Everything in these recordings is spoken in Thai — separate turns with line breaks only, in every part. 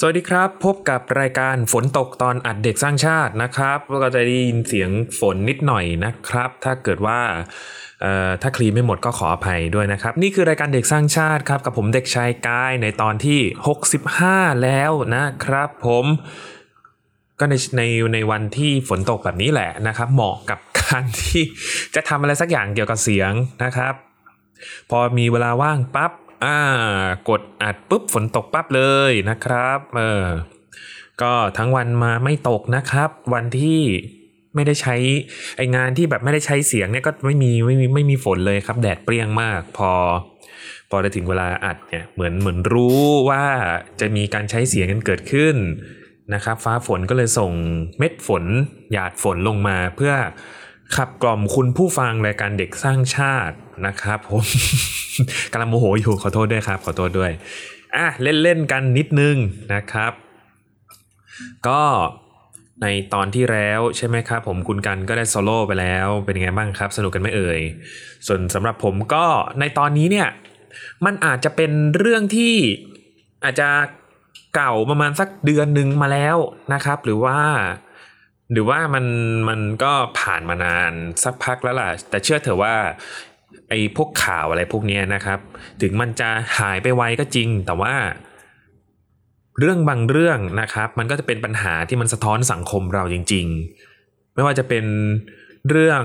วัสดีครับพบกับรายการฝนตกตอนอัดเด็กสร้างชาตินะครับก็จะได้ยินเสียงฝนนิดหน่อยนะครับถ้าเกิดว่าถ้าคลีนไม่หมดก็ขออภัยด้วยนะครับนี่คือรายการเด็กสร้างชาติครับกับผมเด็กชายกายในตอนที่65แล้วนะครับผมก็ในวันที่ฝนตกแบบนี้แหละนะครับเหมาะกับการที่จะทำอะไรสักอย่างเกี่ยวกับเสียงนะครับพอมีเวลาว่างปั๊บกดอัดปุ๊บฝนตกปั๊บเลยนะครับก็ทั้งวันมาไม่ตกนะครับวันที่ไม่ได้ใช้ไองานที่แบบไม่ได้ใช้เสียงเนี่ยก็ไม่มีฝนเลยครับแดดเปรี้ยงมากพอได้ถึงเวลาอัดเนี่ยเหมือนรู้ว่าจะมีการใช้เสียงกันเกิดขึ้นนะครับฟ้าฝนก็เลยส่งเม็ดฝนหยาดฝนลงมาเพื่อขับกล่อมคุณผู้ฟังรายการเด็กสร้างชาตินะครับผม กำลังโมโหอยู่ขอโทษด้วยครับขอโทษด้วยเล่นกันนิดนึงนะครับก็ในตอนที่แล้วใช่ไหมครับผมคุณกันก็ได้โซโล่ไปแล้วเป็นยังไงบ้างครับสนุกกันไหมเอ่ยส่วนสำหรับผมก็ในตอนนี้เนี่ยมันอาจจะเป็นเรื่องที่อาจจะเก่าประมาณสักเดือนนึงมาแล้วนะครับหรือว่ามันก็ผ่านมานานสักพักแล้วล่ะแต่เชื่อเถอะว่าไอ้พวกข่าวอะไรพวกนี้นะครับถึงมันจะหายไปไวก็จริงแต่ว่าเรื่องบางเรื่องนะครับมันก็จะเป็นปัญหาที่มันสะท้อนสังคมเราจริงๆไม่ว่าจะเป็นเรื่อง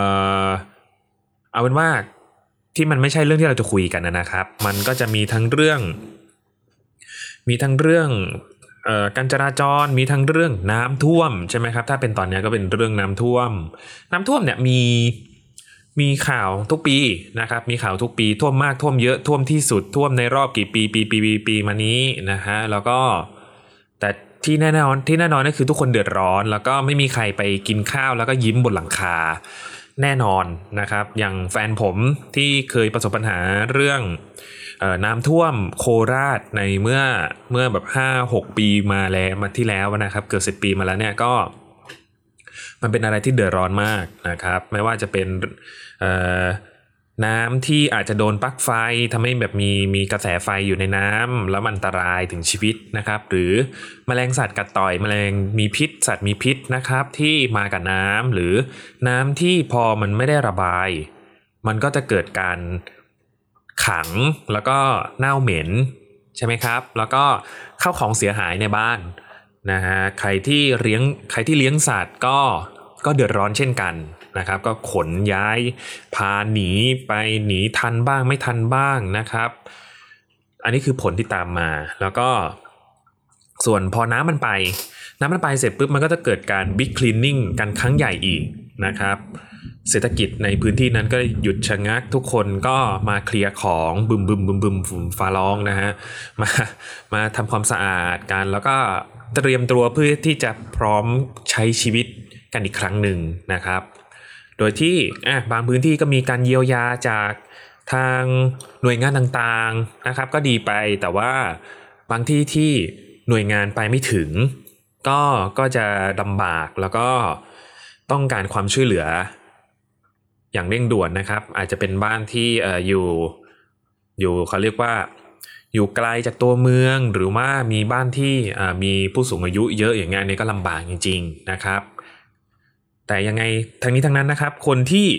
เอาเป็นว่าที่มันไม่ใช่เรื่องที่เราจะคุยกันนะครับมันก็จะมีทั้งเรื่องการจราจรมีทั้งเรื่องน้ำท่วมใช่ไหมครับถ้าเป็นตอนนี้ก็เป็นเรื่องน้ำท่วมเนี่ยมีข่าวทุกปีนะครับมีข่าวทุกปีท่วมมากท่วมเยอะท่วมที่สุดท่วมในรอบกี่ปีมานี้นะฮะแล้วก็แต่ที่แน่นอนก็คือทุกคนเดือดร้อนแล้วก็ไม่มีใครไปกินข้าวแล้วก็ยิ้มบนหลังคาแน่นอนนะครับอย่างแฟนผมที่เคยประสบปัญหาเรื่องน้ำท่วมโคราชในเมื่อแบบ 5-6 ปีมาที่แล้วนะครับเกือบ10 ปีมาแล้วเนี่ยก็มันเป็นอะไรที่เดือดร้อนมากนะครับไม่ว่าจะเป็นน้ำที่อาจจะโดนปลั๊กไฟทำให้แบบมีกระแสไฟอยู่ในน้ำแล้วมันอันตรายถึงชีวิตนะครับหรือแมลงสัตว์กัดต่อยแมลงมีพิษสัตว์มีพิษนะครับที่มากับน้ำหรือน้ำที่พอมันไม่ได้ระบายมันก็จะเกิดการขังแล้วก็เน่าเหม็นใช่ไหมครับแล้วก็เข้าของเสียหายในบ้านนะฮะใครที่เลี้ยงสัตว์ก็เดือดร้อนเช่นกันนะครับก็ขนย้ายพาหนีทันบ้างไม่ทันบ้างนะครับอันนี้คือผลที่ตามมาแล้วก็ส่วนพอน้ำมันไปเสร็จปุ๊บมันก็จะเกิดการ big cleaning กันครั้งใหญ่อีกนะครับเศรษฐกิจในพื้นที่นั้นก็หยุดชะงักทุกคนก็มาเคลียร์ของบึมฟ้าร้องนะฮะมาทำความสะอาดกันแล้วก็เตรียมตัวเพื่อที่จะพร้อมใช้ชีวิตกันอีกครั้งหนึ่งนะครับโดยที่บางพื้นที่ก็มีการเยียวยาจากทางหน่วยงานต่างๆนะครับก็ดีไปแต่ว่าบางที่หน่วยงานไปไม่ถึงก็จะลำบากแล้วก็ต้องการความช่วยเหลืออย่างเร่งด่วนนะครับอาจจะเป็นบ้านที่อยู่เขาเรียกว่าอยู่ไกลจากตัวเมืองหรือว่ามีบ้านที่มีผู้สูงอายุเยอะอย่างเงี้ยนี่ก็ลำบากจริงๆนะครับแต่ยังไงทั้งนี้ทั้งนั้นนะครับคน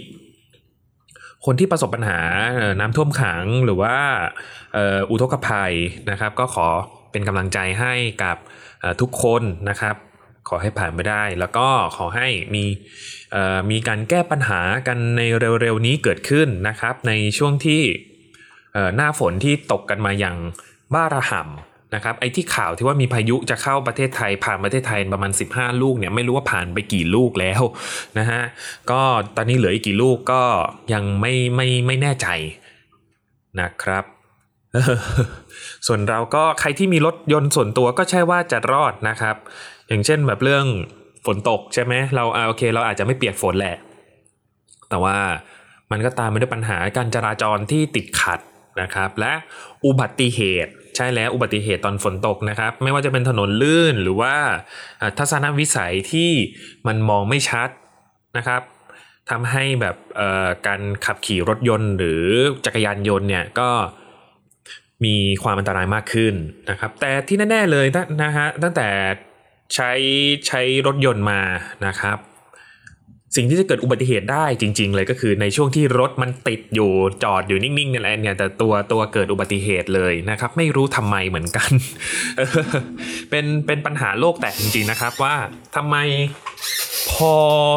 ที่ประสบปัญหาน้ำท่วมขังหรือว่าอุทกภัยนะครับก็ขอเป็นกำลังใจให้กับทุกคนนะครับขอให้ผ่านไปได้แล้วก็ขอให้มีการแก้ปัญหากันในเร็วๆนี้เกิดขึ้นนะครับในช่วงที่หน้าฝนที่ตกกันมาอย่างบ้าระห่ำนะครับไอ้ที่ข่าวที่ว่ามีพายุจะเข้าประเทศไทยผ่านประเทศไทยประมาณ15 ลูกเนี่ยไม่รู้ว่าผ่านไปกี่ลูกแล้วนะฮะก็ตอนนี้เหลืออีกกี่ลูกก็ยังไม่แน่ใจนะครับส่วนเราก็ใครที่มีรถยนต์ส่วนตัวก็ใช่ว่าจะรอดนะครับอย่างเช่นแบบเรื่องฝนตกใช่ไหมเราโอเคเราอาจจะไม่เปียกฝนแหละแต่ว่ามันก็ตามมาด้วยปัญหาการจราจรที่ติดขัดนะครับและอุบัติเหตุใช่แล้วอุบัติเหตุตอนฝนตกนะครับไม่ว่าจะเป็นถนนลื่นหรือว่าทัศนวิสัยที่มันมองไม่ชัดนะครับทำให้แบบการขับขี่รถยนต์หรือจักรยานยนต์เนี่ยก็มีความอันตรายมากขึ้นนะครับแต่ที่แน่ๆเลยนะฮะตั้งแต่ใช้รถยนต์มานะครับสิ่งที่จะเกิดอุบัติเหตุได้จริงๆเลยก็คือในช่วงที่รถมันติดอยู่จอดอยู่นิ่งๆนี่แหละเนี่ยแต่ตัวเกิดอุบัติเหตุเลยนะครับไม่รู้ทำไมเหมือนกัน เป็นปัญหาโลกแตกจริงๆนะครับว่าทำไมพอ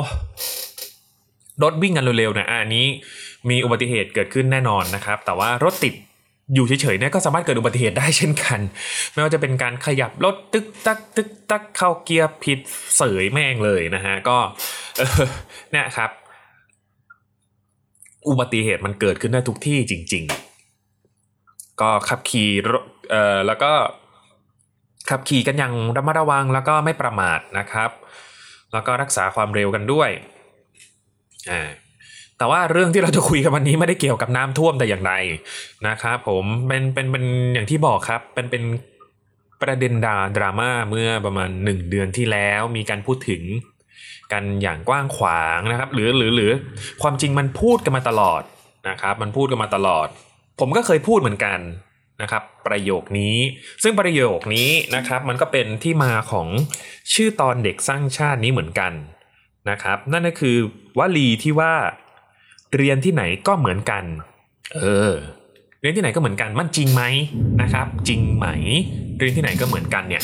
รถวิ่งกันเร็วๆเนี่ยอันนี้มีอุบัติเหตุเกิดขึ้นแน่นอนนะครับแต่ว่ารถติดอยู่เฉยๆเนี่ยก็สามารถเกิดอุบัติเหตุได้เช่นกันไม่ว่าจะเป็นการขยับรถตึกตักเข้าเกียร์ผิดเสยแม่งเลยนะฮะก็เนี่ยครับอุบัติเหตุมันเกิดขึ้นได้ทุกที่จริงๆก็ขับขี่แล้วก็ขับขี่กันอย่างระมัดระวังแล้วก็ไม่ประมาทนะครับแล้วก็รักษาความเร็วกันด้วยแต่ว่าเรื่องที่เราจะคุยกันวันนี้ไม่ได้เกี่ยวกับน้ำท่วมแต่อย่างใดนะครับผมเป็นอย่างที่บอกครับเป็นประเด็นดราม่าเมื่อประมาณ1เดือนที่แล้วมีการพูดถึงกันอย่างกว้างขวางนะครับหรือความจริงมันพูดกันมาตลอดนะครับมันพูดกันมาตลอดผมก็เคยพูดเหมือนกันนะครับประโยคนี้ซึ่งประโยคนี้นะครับมันก็เป็นที่มาของชื่อตอนเด็กสร้างชาตินี้เหมือนกันนะครับนั่นก็คือวลีที่ว่าเรียนที่ไหนก็เหมือนกันเรียนที่ไหนก็เหมือนกันมันจริงไหมนะครับจริงไหมเรียนที่ไหนก็เหมือนกันเนี่ย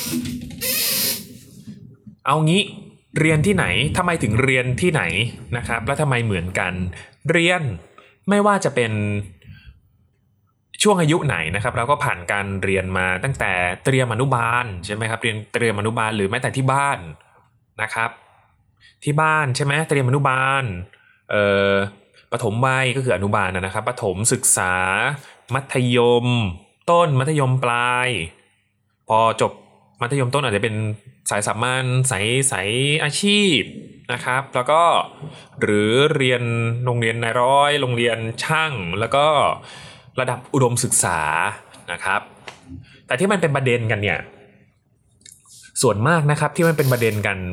เอางี้เรียนที่ไหนทำไมถึงเรียนที่ไหนนะครับแล้วทำไมเหมือนกันเรียนไม่ว่าจะเป็นช่วงอายุไหนนะครับเราก็ผ่านการเรียนมาตั้งแต่เตรียมอนุบาลใช่ไหมครับเรียนเตรียมอนุบาลหรือแม้แต่ที่บ้านนะครับที่บ้านใช่ไหมเตรียมอนุบาลประถมวัยก็คืออนุบาลนะครับประถมศึกษามัธยมต้นมัธยมปลายพอจบมัธยมต้นอาจจะเป็นสายสามัญสายอาชีพนะครับแล้วก็หรือเรียนโรงเรียนนายร้อยโรงเรียนช่างแล้วก็ระดับอุดมศึกษานะครับแต่ที่มันเป็นประเด็นกันเนี่ยส่วนมากนะครับที่มันเป็นประเด็นกัน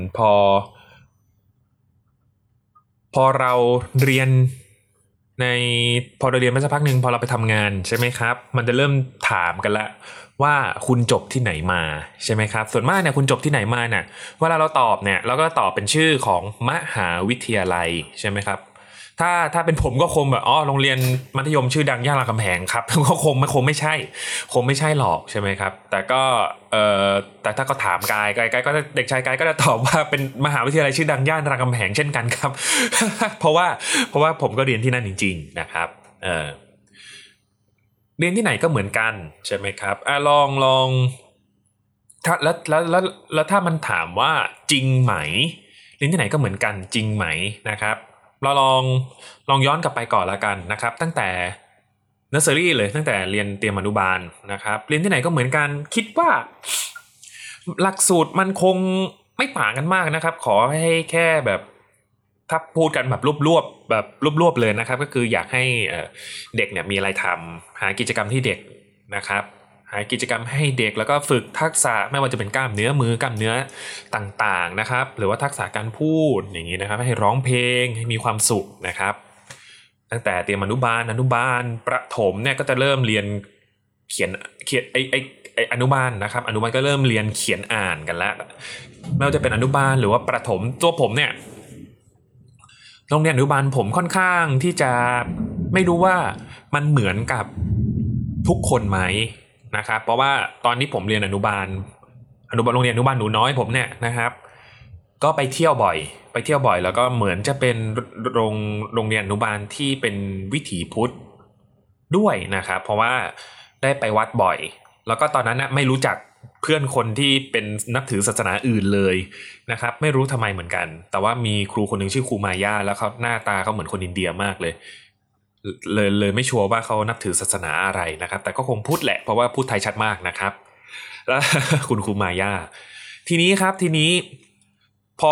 พอเราเรียนพอเราเรียนมาสักพักหนึ่งพอเราไปทำงานใช่ไหมครับมันจะเริ่มถามกันละว่าคุณจบที่ไหนมาใช่ไหมครับส่วนมากเนี่ยคุณจบที่ไหนมาเนี่ยเวลาเราตอบเนี่ยเราก็ตอบเป็นชื่อของมหาวิทยาลัยใช่ไหมครับถ้าเป็นผมก็คงแบบโรงเรียนมัธยมชื่อดังย่านรามคำแหงครับก็คงไม่ใช่หรอกใช่ไหมครับแต่ก็แต่ถ้าก็ถามกายก็เด็กชายกายก็จะตอบว่าเป็นมหาวิทยาลัยชื่อดังย่านรามคำแหงเช่นกันครับ เพราะว่าผมก็เรียนที่นั่นจริงๆนะครับเรียนที่ไหนก็เหมือนกันใช่ไหมครับลองถ้าแล้วถ้ามันถามว่าจริงไหมเรียนที่ไหนก็เหมือนกันจริงไหมนะครับเราลองย้อนกลับไปก่อนละกันนะครับตั้งแต่เนอร์เซอรี่เลยตั้งแต่เรียนเตรียมอนุบาลนะครับเรียนที่ไหนก็เหมือนกันคิดว่าหลักสูตรมันคงไม่ต่างกันมากนะครับขอให้แค่แบบถ้าพูดกันแบบรวบเลยนะครับก็คืออยากให้เด็กเนี่ยมีอะไรทำหากิจกรรมที่เด็กนะครับหากิจกรรมให้เด็กแล้วก็ฝึกทักษะไม่ว่าจะเป็นกล้ามเนื้อมือกล้ามเนื้อต่างๆนะครับหรือว่าทักษะการพูดอย่างนี้นะครับให้ร้องเพลงให้มีความสุขนะครับตั้งแต่เตรียมอนุบาลประถมเนี่ยก็จะเริ่มเรียนเขียนไออนุบาลนะครับอนุบาลก็เริ่มเรียนเขียนอ่านกันแล้วไม่ว่าจะเป็นอนุบาลหรือว่าประถมตัวผมเนี่ยโรงเรียนอนุบาลผมค่อนข้างที่จะไม่รู้ว่ามันเหมือนกับทุกคนไหมนะครับเพราะว่าตอนนี้ผมเรียนอนุบาลโรงเรียนอนุบาลหนูน้อยผมเนี่ยนะครับก็ไปเที่ยวบ่อยแล้วก็เหมือนจะเป็นโรงเรียนอนุบาลที่เป็นวิถีพุทธด้วยนะครับเพราะว่าได้ไปวัดบ่อยแล้วก็ตอนนั้นนะไม่รู้จักเพื่อนคนที่เป็นนับถือศาสนาอื่นเลยนะครับไม่รู้ทำไมเหมือนกันแต่ว่ามีครูคนหนึ่งชื่อครูมาย่าแล้วเขาหน้าตาเขาเหมือนคนอินเดียมากเลยไม่ชัวร์ว่าเขานับถือศาสนาอะไรนะครับแต่ก็คงพูดแหละเพราะว่าพูดไทยชัดมากนะครับแล้ว คุณครูมาย่าทีนี้พอ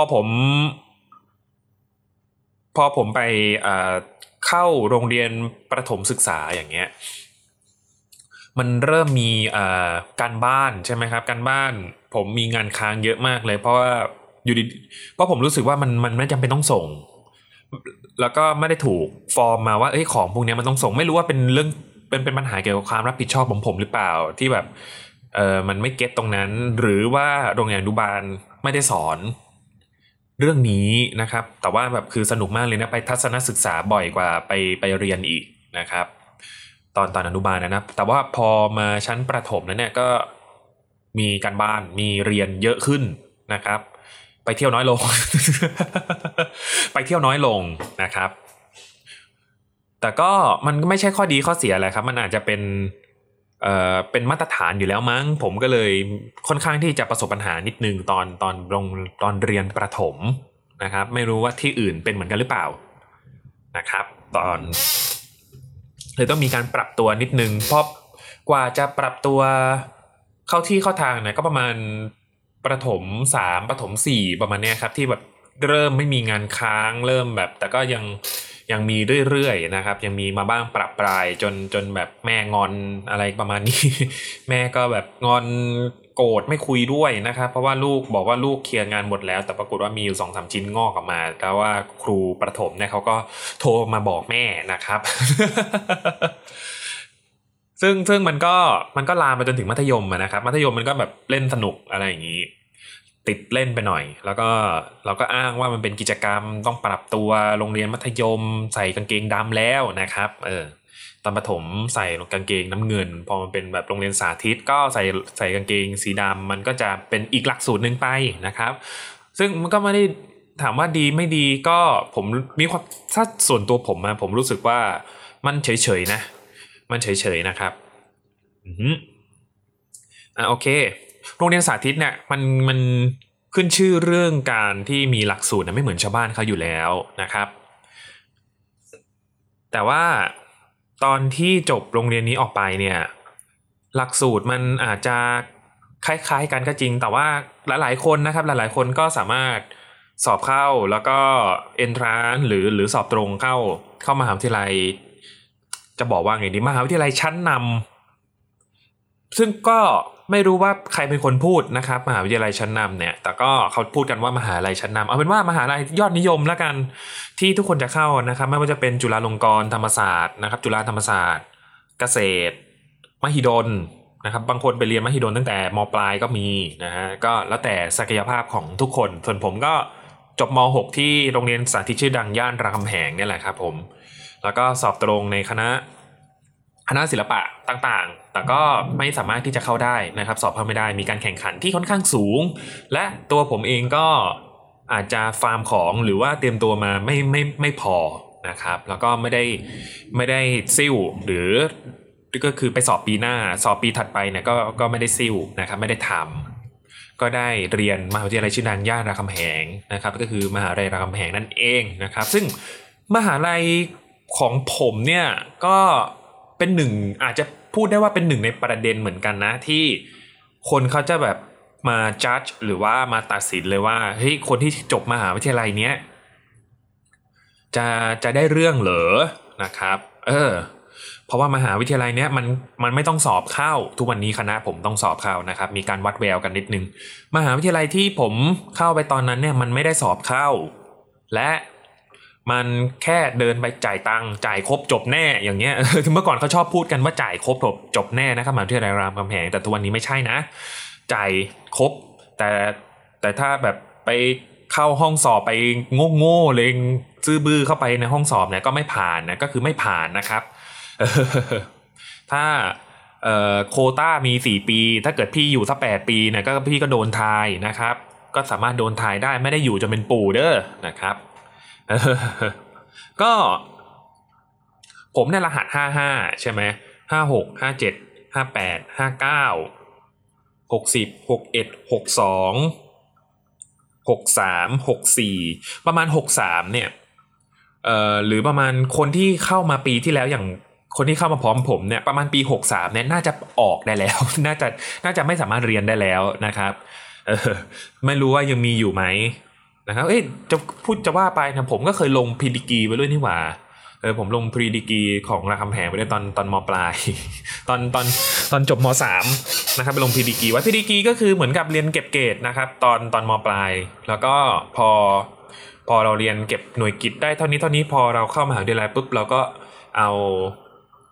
ผมไปเข้าโรงเรียนประถมศึกษาอย่างเงี้ยมันเริ่มมีการบ้านใช่ไหมครับการบ้านผมมีงานค้างเยอะมากเลยเพราะว่าเพราะผมรู้สึกว่ามันไม่จำเป็นต้องส่งแล้วก็ไม่ได้ถูกฟอร์มมาว่าของพวกนี้มันต้องส่งไม่รู้ว่าเป็นเรื่องเป็นปัญหาเกี่ยวกับความรับผิดชอบของผมหรือเปล่าที่แบบมันไม่เก็ตตรงนั้นหรือว่าโรงเรียนอนุบาลไม่ได้สอนเรื่องนี้นะครับแต่ว่าแบบคือสนุกมากเลยนะไปทัศนศึกษาบ่อยกว่าไปเรียนอีกนะครับตอนอนุบาลนะแต่ว่าพอมาชั้นประถมนั้นเนี่ยก็มีการบ้านมีเรียนเยอะขึ้นนะครับไปเที่ยวน้อยลง ไปเที่ยวน้อยลงนะครับแต่ก็มันไม่ใช่ข้อดีข้อเสียอะไรครับมันอาจจะเป็นมาตรฐานอยู่แล้วมั้งผมก็เลยค่อนข้างที่จะประสบปัญหานิดนึงตอนเรียนประถมนะครับไม่รู้ว่าที่อื่นเป็นเหมือนกันหรือเปล่านะครับเลยต้องมีการปรับตัวนิดนึงเพราะกว่าจะปรับตัวเข้าที่เข้าทางเนี่ยก็ประมาณประถม3ประถม4ประมาณเนี้ยครับที่แบบเริ่มไม่มีงานค้างเริ่มแบบแต่ก็ยังมีเรื่อยๆนะครับยังมีมาบ้างปรับปรายจนแบบแม่งอนอะไรประมาณนี้ แม่ก็แบบงอนโกรธไม่คุยด้วยนะครับเพราะว่าลูกบอกว่าลูกเคลียร์งานหมดแล้วแต่ปรากฏว่ามีอยู่2-3ชิ้นงอกออกมาแต่ว่าครูประถมเนี่ยเขาก็โทรมาบอกแม่นะครับ ซึ่งมันก็ลามมาจนถึงมัธยมนะครับมัธยมมันก็แบบเล่นสนุกอะไรอย่างนี้ติดเล่นไปหน่อยแล้วก็เราก็อ้างว่ามันเป็นกิจกรรมต้องปรับตัวโรงเรียนมัธยมใส่กางเกงดำแล้วนะครับตอนประถมใส่กางเกงน้ำเงินพอมันเป็นแบบโรงเรียนสาธิตก็ใส่กางเกงสีดำมันก็จะเป็นอีกหลักสูตรหนึ่งไปนะครับซึ่งมันก็ไม่ได้ถามว่าดีไม่ดีก็ผมมีความถ้าส่วนตัวผมรู้สึกว่ามันเฉยๆนะมันเฉยๆนะครับโอเคโรงเรียนสาธิตเนี่ยมันขึ้นชื่อเรื่องการที่มีหลักสูตรไม่เหมือนชาวบ้านเขาอยู่แล้วนะครับแต่ว่าตอนที่จบโรงเรียนนี้ออกไปเนี่ยหลักสูตรมันอาจจะคล้ายๆกันก็จริงแต่ว่าหลายๆคนนะครับหลายๆคนก็สามารถสอบเข้าแล้วก็ entrance หรือสอบตรงเข้ามหาวิทยาลัยจะบอกว่าไงดีมหาวิทยาลัยชั้นนำซึ่งก็ไม่รู้ว่าใครเป็นคนพูดนะครับมหาวิทยาลัยชั้นนำเนี่ยแต่ก็เขาพูดกันว่ามหาลัยชั้นนำเอาเป็นว่ามหาลัยยอดนิยมแล้วกันที่ทุกคนจะเข้านะครับไม่ว่าจะเป็นจุฬาลงกรณ์ธรรมศาสตร์นะครับจุฬาธรรมศาสตร์เกษตรมหิดลนะครับบางคนไปเรียนมหิดลตั้งแต่ม.ปลายก็มีนะฮะก็แล้วแต่ศักยภาพของทุกคนส่วนผมก็จบม.6 ที่โรงเรียนสาธิตชื่อดังย่านรามคำแหงเนี่ยแหละครับผมแล้วก็สอบตรงในคณะศิลปะต่างๆแต่ก็ไม่สามารถที่จะเข้าได้นะครับสอบเข้าไม่ได้มีการแข่งขันที่ค่อนข้างสูงและตัวผมเองก็อาจจะฟาร์มของหรือว่าเตรียมตัวมาไม่พอนะครับแล้วก็ไม่ได้ซิ่วหรือก็คือไปสอบปีหน้าสอบปีถัดไปเนี่ยก็ไม่ได้ซิ่วนะครับไม่ได้ทำก็ได้เรียนมหาวิทยาลัยชื่อดังย่านรามคำแหงนะครับก็คือมหาวิทยาลัยรามคำแหงนั่นเองนะครับซึ่งมหาลัยของผมเนี่ยก็เป็นหนึ่งอาจจะพูดได้ว่าเป็นหนึ่งในประเด็นเหมือนกันนะที่คนเขาจะแบบมาจัดหรือว่ามาตัดสินเลยว่าเฮ้ยคนที่จบมหาวิทยาลัยเนี้ยจะได้เรื่องเหรอนะครับเพราะว่ามหาวิทยาลัยเนี้ยมันไม่ต้องสอบเข้าทุกวันนี้คณะผมต้องสอบเข้านะครับมีการวัดแววกันนิดนึงมหาวิทยาลัยที่ผมเข้าไปตอนนั้นเนี่ยมันไม่ได้สอบเข้าและมันแค่เดินไปจ่ายตังค์จ่ายครบจบแน่อย่างเงี้ย เมื่อก่อนเขาชอบพูดกันว่าจ่ายครบจบแน่นะครับมหาวิทยาลัยรามคำแหงแต่ทุกวันนี้ไม่ใช่นะจ่ายครบแต่ถ้าแบบไปเข้าห้องสอบไปโง่ๆเลยซื่อบื้อเข้าไปในห้องสอบเนี่ยก็ไม่ผ่านนะก็คือไม่ผ่านนะครับถ้าโควต้ามี4ปีถ้าเกิดพี่อยู่สัก8ปีเนี่ยก็พี่ก็โดนทายนะครับก็สามารถโดนทายได้ไม่ได้อยู่จนเป็นปู่เด้อนะครับก็ผมเนี่ยรหัส55ใช่ไหม56 57 58 59 60 61 62 63 64ประมาณ63เนี่ยหรือประมาณคนที่เข้ามาปีที่แล้วอย่างคนที่เข้ามาพร้อมผมเนี่ยประมาณปี63เนี่ยน่าจะออกได้แล้ว น่าจะไม่สามารถเรียนได้แล้วนะครับไม่รู้ว่ายังมีอยู่ไหมนะครับจะว่าไปนะผมก็เคยลงพรีดีกรีไปด้วยนี่หว่าผมลงพรีดีกรีของรามคำแหงไปด้วยตอนม.ปลาย ตอนจบม.3 นะครับไปลงพรีดีกรีว่าพรีดีกรีก็คือเหมือนกับเรียนเก็บเกรดนะครับตอนม.ปลายแล้วก็พอเราเรียนเก็บหน่วยกิตได้เท่านี้พอเราเข้ามหาวิทยาลัยปุ๊บเราก็เอา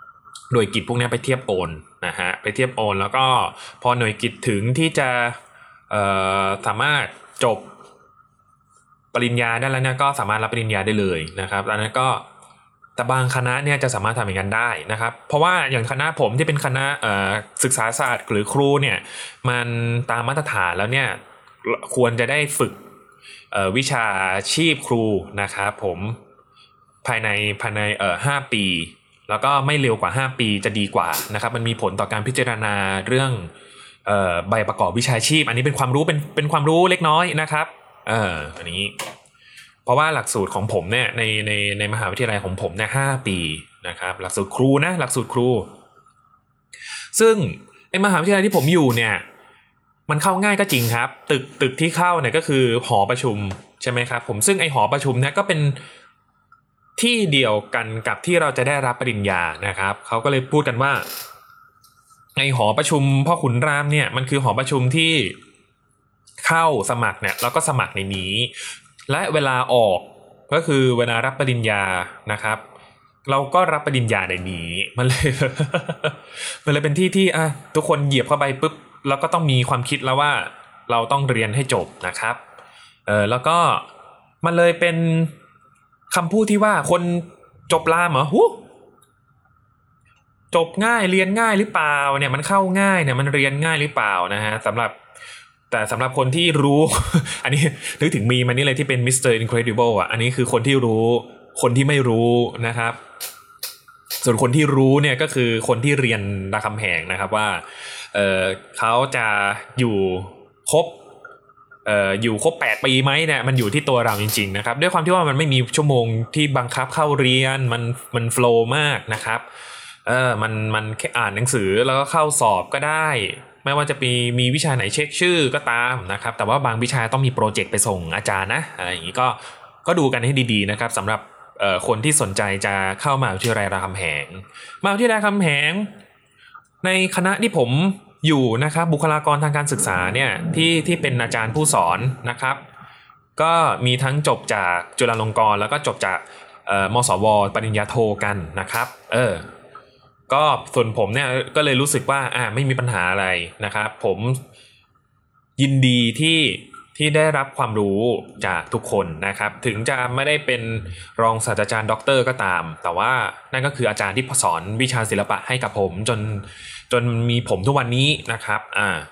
หน่วยกิตพวกนี้ไปเทียบโอนนะฮะไปเทียบโอนแล้วก็พอหน่วยกิตถึงที่จะสามารถจบปริญญาได้แล้วเนี่ยก็สามารถรับปริญญาได้เลยนะครับอันนั้นก็แต่บางคณะเนี่ยจะสามารถทำอย่างนั้นได้นะครับเพราะว่าอย่างคณะผมที่เป็นคณะศึกษาศาสตร์หรือครูเนี่ยมันตามมาตรฐานแล้วเนี่ยควรจะได้ฝึกวิชาชีพครูนะครับผมภายใน5 ปีแล้วก็ไม่เร็วกว่า5 ปีจะดีกว่านะครับมันมีผลต่อการพิจารณาเรื่องใบประกอบวิชาชีพอันนี้เป็นความรู้เป็นความรู้เล็กน้อยนะครับอันนี้เพราะว่าหลักสูตรของผมเนี่ยในมหาวิทยาลัยของผมเนี่ย5 ปีนะครับหลักสูตรครูนะหลักสูตรครูซึ่งไอ้มหาวิทยาลัยที่ผมอยู่เนี่ยมันเข้าง่ายก็จริงครับตึกที่เข้าเนี่ยก็คือหอประชุมใช่ไหมครับผมซึ่งไอ้หอประชุมเนี่ยก็เป็นที่เดียวกันกับที่เราจะได้รับปริญญานะครับเขาก็เลยพูดกันว่าไอ้หอประชุมพ่อขุนรามเนี่ยมันคือหอประชุมที่เข้าสมัครเนี่ยแล้วก็สมัครในนี้และเวลาออกก็คือเวลารับปริญญานะครับเราก็รับปริญญาในนี้มันเลย มันเลยเป็นที่ที่ทุกคนเหยียบเข้าไปปุ๊บแล้วก็ต้องมีความคิดแล้วว่าเราต้องเรียนให้จบนะครับแล้วก็มันเลยเป็นคำพูดที่ว่าคนจบรามเหรอจบง่ายเรียนง่ายหรือเปล่าเนี่ยมันเข้าง่ายเนี่ยมันเรียนง่ายหรือเปล่านะฮะสำหรับคนที่รู้ อันนี้นึกถึงมีมันนี่เลยที่เป็นมิสเตอร์อินเครดิเบิลอ่ะอันนี้คือคนที่รู้คนที่ไม่รู้นะครับส่วนคนที่รู้เนี่ยก็คือคนที่เรียนรามคำแหงนะครับว่าเขาจะอยู่ครบ8 ปีไหมเนี่ยมันอยู่ที่ตัวเราจริงๆนะครับด้วยความที่ว่ามันไม่มีชั่วโมงที่บังคับเข้าเรียนมันโฟลว์มากนะครับมันแค่อ่านหนังสือแล้วก็เข้าสอบก็ได้ไม่ว่าจะมีวิชาไหนเช็คชื่อก็ตามนะครับแต่ว่าบางวิชาต้องมีโปรเจกต์ไปส่งอาจารย์นะอะไรอย่างนี้ก็ดูกันให้ดีๆนะครับสำหรับคนที่สนใจจะเข้ามหาวิทยาลัยรามคำแหงมหาวิทยาลัยรามคำแหงในคณะที่ผมอยู่นะครับบุคลากรทางการศึกษาเนี่ยที่เป็นอาจารย์ผู้สอนนะครับก็มีทั้งจบจากจุฬาลงกรณ์แล้วก็จบจากมศว.ปริญญาโทกันนะครับก็ส่วนผมเนี่ยก็เลยรู้สึกว่าไม่มีปัญหาอะไรนะครับผมยินดีที่ได้รับความรู้จากทุกคนนะครับถึงจะไม่ได้เป็นรองศาสตราจารย์ด็อกเตอร์ก็ตามแต่ว่านั่นก็คืออาจารย์ที่สอนวิชาศิลปะให้กับผมจนมีผมทุกวันนี้นะครับ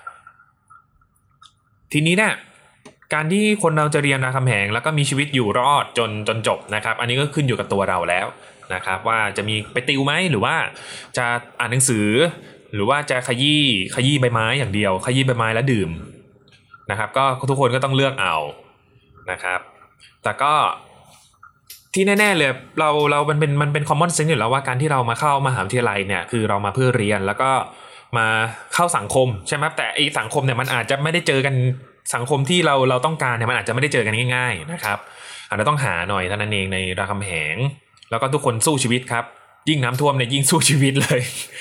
ทีนี้เนี่ยการที่คนเราจะเรียนรามคำแหงแล้วก็มีชีวิตอยู่รอดจนจบนะครับอันนี้ก็ขึ้นอยู่กับตัวเราแล้วนะครับว่าจะมีไปติวไหมหรือว่าจะอ่านหนังสือหรือว่าจะขยี้ใบไม้อย่างเดียวขยี้ใบไม้แล้วดื่มนะครับก็ทุกคนก็ต้องเลือกเอานะครับแต่ก็ที่แน่ๆเลยเรามันเป็น common sense อยู่แล้วว่าการที่เรามาเข้ามหาวิทยาลัยเนี่ยคือเรามาเพื่อเรียนแล้วก็มาเข้าสังคมใช่ไหมแต่ไอสังคมเนี่ยมันอาจจะไม่ได้เจอกันสังคมที่เราต้องการเนี่ยมันอาจจะไม่ได้เจอกันง่ายๆนะครับอาจจะต้องหาหน่อยเท่านั้นเองในรามคำแหงแล้วก็ทุกคนสู้ชีวิตครับยิ่งน้ำท่วมเนี่ยยิ่งสู้ชีวิตเลย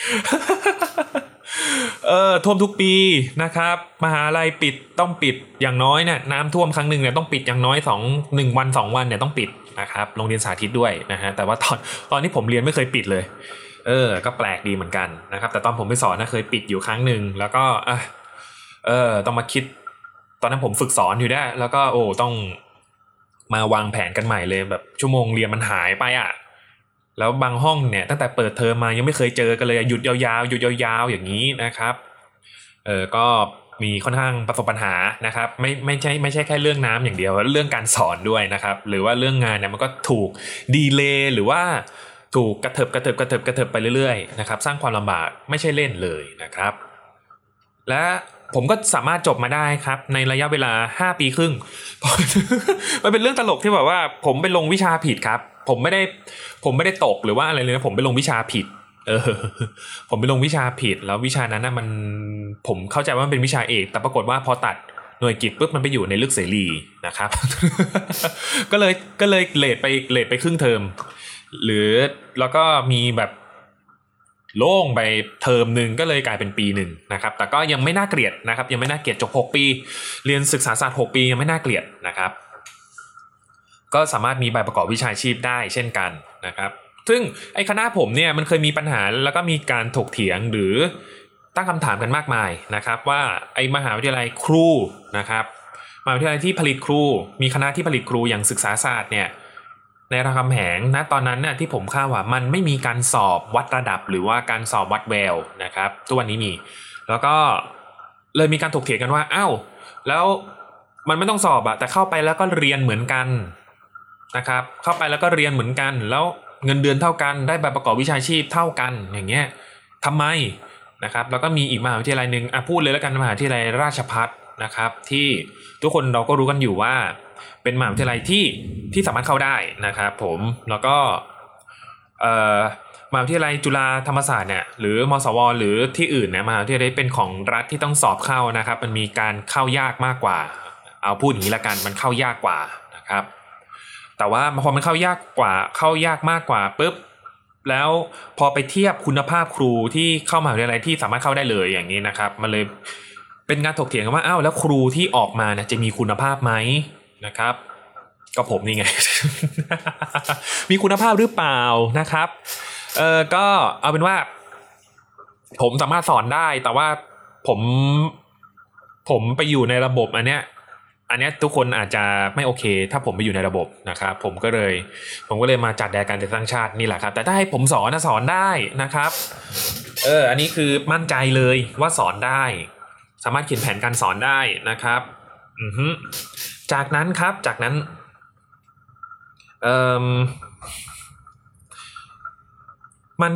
ท่วมทุกปีนะครับมหาลัยปิดต้องปิดอย่างน้อยเนี่ยน้ำท่วมครั้งหนึ่งเนี่ยต้องปิดอย่างน้อย1 วัน 2 วันเนี่ยต้องปิดนะครับโรงเรียนสาธิตด้วยนะฮะแต่ว่าตอนที่ผมเรียนไม่เคยปิดเลยก็แปลกดีเหมือนกันนะครับแต่ตอนผมไปสอนนะเคยปิดอยู่ครั้งหนึ่งแล้วก็ต้องมาคิดตอนนั้นผมฝึกสอนอยู่ได้แล้วก็ต้องมาวางแผนกันใหม่เลยแบบชั่วโมงเรียนมันหายไปแล้วบางห้องเนี่ยตั้งแต่เปิดเทอมมายังไม่เคยเจอกันเลยหยุดยาวๆอย่างนี้นะครับก็มีค่อนข้างประสบปัญหานะครับไม่ใช่แค่เรื่องน้ำอย่างเดียวเรื่องการสอนด้วยนะครับหรือว่าเรื่องงานเนี่ยมันก็ถูกดีเลย์หรือว่าถูกกระเถิบไปเรื่อยๆนะครับสร้างความลำบากไม่ใช่เล่นเลยนะครับและผมก็สามารถจบมาได้ครับในระยะเวลา5 ปีครึ่ง มันเป็นเรื่องตลกที่แบบว่าผมไปลงวิชาผิดครับผมไม่ได้ตกหรือว่าอะไรเลยนะผมไปลงวิชาผิดผมไปลงวิชาผิดแล้ววิชานั้นนะผมเข้าใจว่ามันเป็นวิชาเอกแต่ปรากฏว่าพอตัดหน่วยกิตปุ๊บมันไปอยู่ในลึกเสรีนะครับ ก็เลยเลทไปครึ่งเทอมหรือแล้วก็มีแบบโล่งไปเทอมนึงก็เลยกลายเป็นปีนึงนะครับแต่ก็ยังไม่น่าเกลียดนะครับยังไม่น่าเกลียดจบ6 ปีเรียนศึกษาศาสตร์6 ปียังไม่น่าเกลียดนะครับก็สามารถมีใบประกอบวิชาชีพได้เช่นกันนะครับซึ่งไอ้คณะผมเนี่ยมันเคยมีปัญหาแล้วก็มีการถกเถียงหรือตั้งคำถามกันมากมายนะครับว่าไอ้มหาวิทยาลัยครูนะครับมหาวิทยาลัยที่ผลิตครูมีคณะที่ผลิตครูอย่างศึกษาศาสตร์เนี่ยในรามคำแหงนะตอนนั้นน่ะที่ผมเข้ามันไม่มีการสอบวัดระดับหรือว่าการสอบวัดแววนะครับทุกวันนี้มีแล้วก็เลยมีการถกเถียงกันว่าอ้าวแล้วมันไม่ต้องสอบอะแต่เข้าไปแล้วก็เรียนเหมือนกันนะครับเข้าไปแล้วก็เรียนเหมือนกันแล้วเงินเดือนเท่ากันได้ใบประกอบวิชาชีพเท่ากันอย่างเงี้ยทำไมนะครับแล้วก็มีอีกมหาวิทยาลัยนึงพูดเลยแล้วกันมหาวิทยาลัยราชภัฏนะครับที่ทุกคนเราก็รู้กันอยู่ว่าเป็นมหาวิทยาลัยที่สามารถเข้าได้นะครับผมแล้วก็มหาวิทยาลัยจุฬาธรรมศาสตร์เนี่ยหรือมศวหรือที่อื่นเนี่ยมหาวิทยาลัยเป็นของรัฐที่ต้องสอบเข้านะครับมันมีการเข้ายากมากกว่าเอาพูดอย่างนี้ละกันมันเข้ายากกว่านะครับแต่ว่าพอมันเข้ายากมากกว่าปุ๊บแล้วพอไปเทียบคุณภาพครูที่เข้ามหาวิทยาลัยที่สามารถเข้าได้เลยอย่างนี้นะครับมันเลยเป็นการถกเถียงกันว่าอ้าวแล้วครูที่ออกมาเนี่ยจะมีคุณภาพไหมนะครับก็ผมนี่ไง มีคุณภาพหรือเปล่านะครับก็เอาเป็นว่าผมสามารถสอนได้แต่ว่าผมไปอยู่ในระบบอันเนี้ยทุกคนอาจจะไม่โอเคถ้าผมไปอยู่ในระบบนะครับผมก็เลยมาจัดรายการเด็กสร้างชาตินี่แหละครับแต่ถ้าให้ผมสอนสอนได้นะครับอันนี้คือมั่นใจเลยว่าสอนได้สามารถเขียนแผนการสอนได้นะครับจากนั้นมัน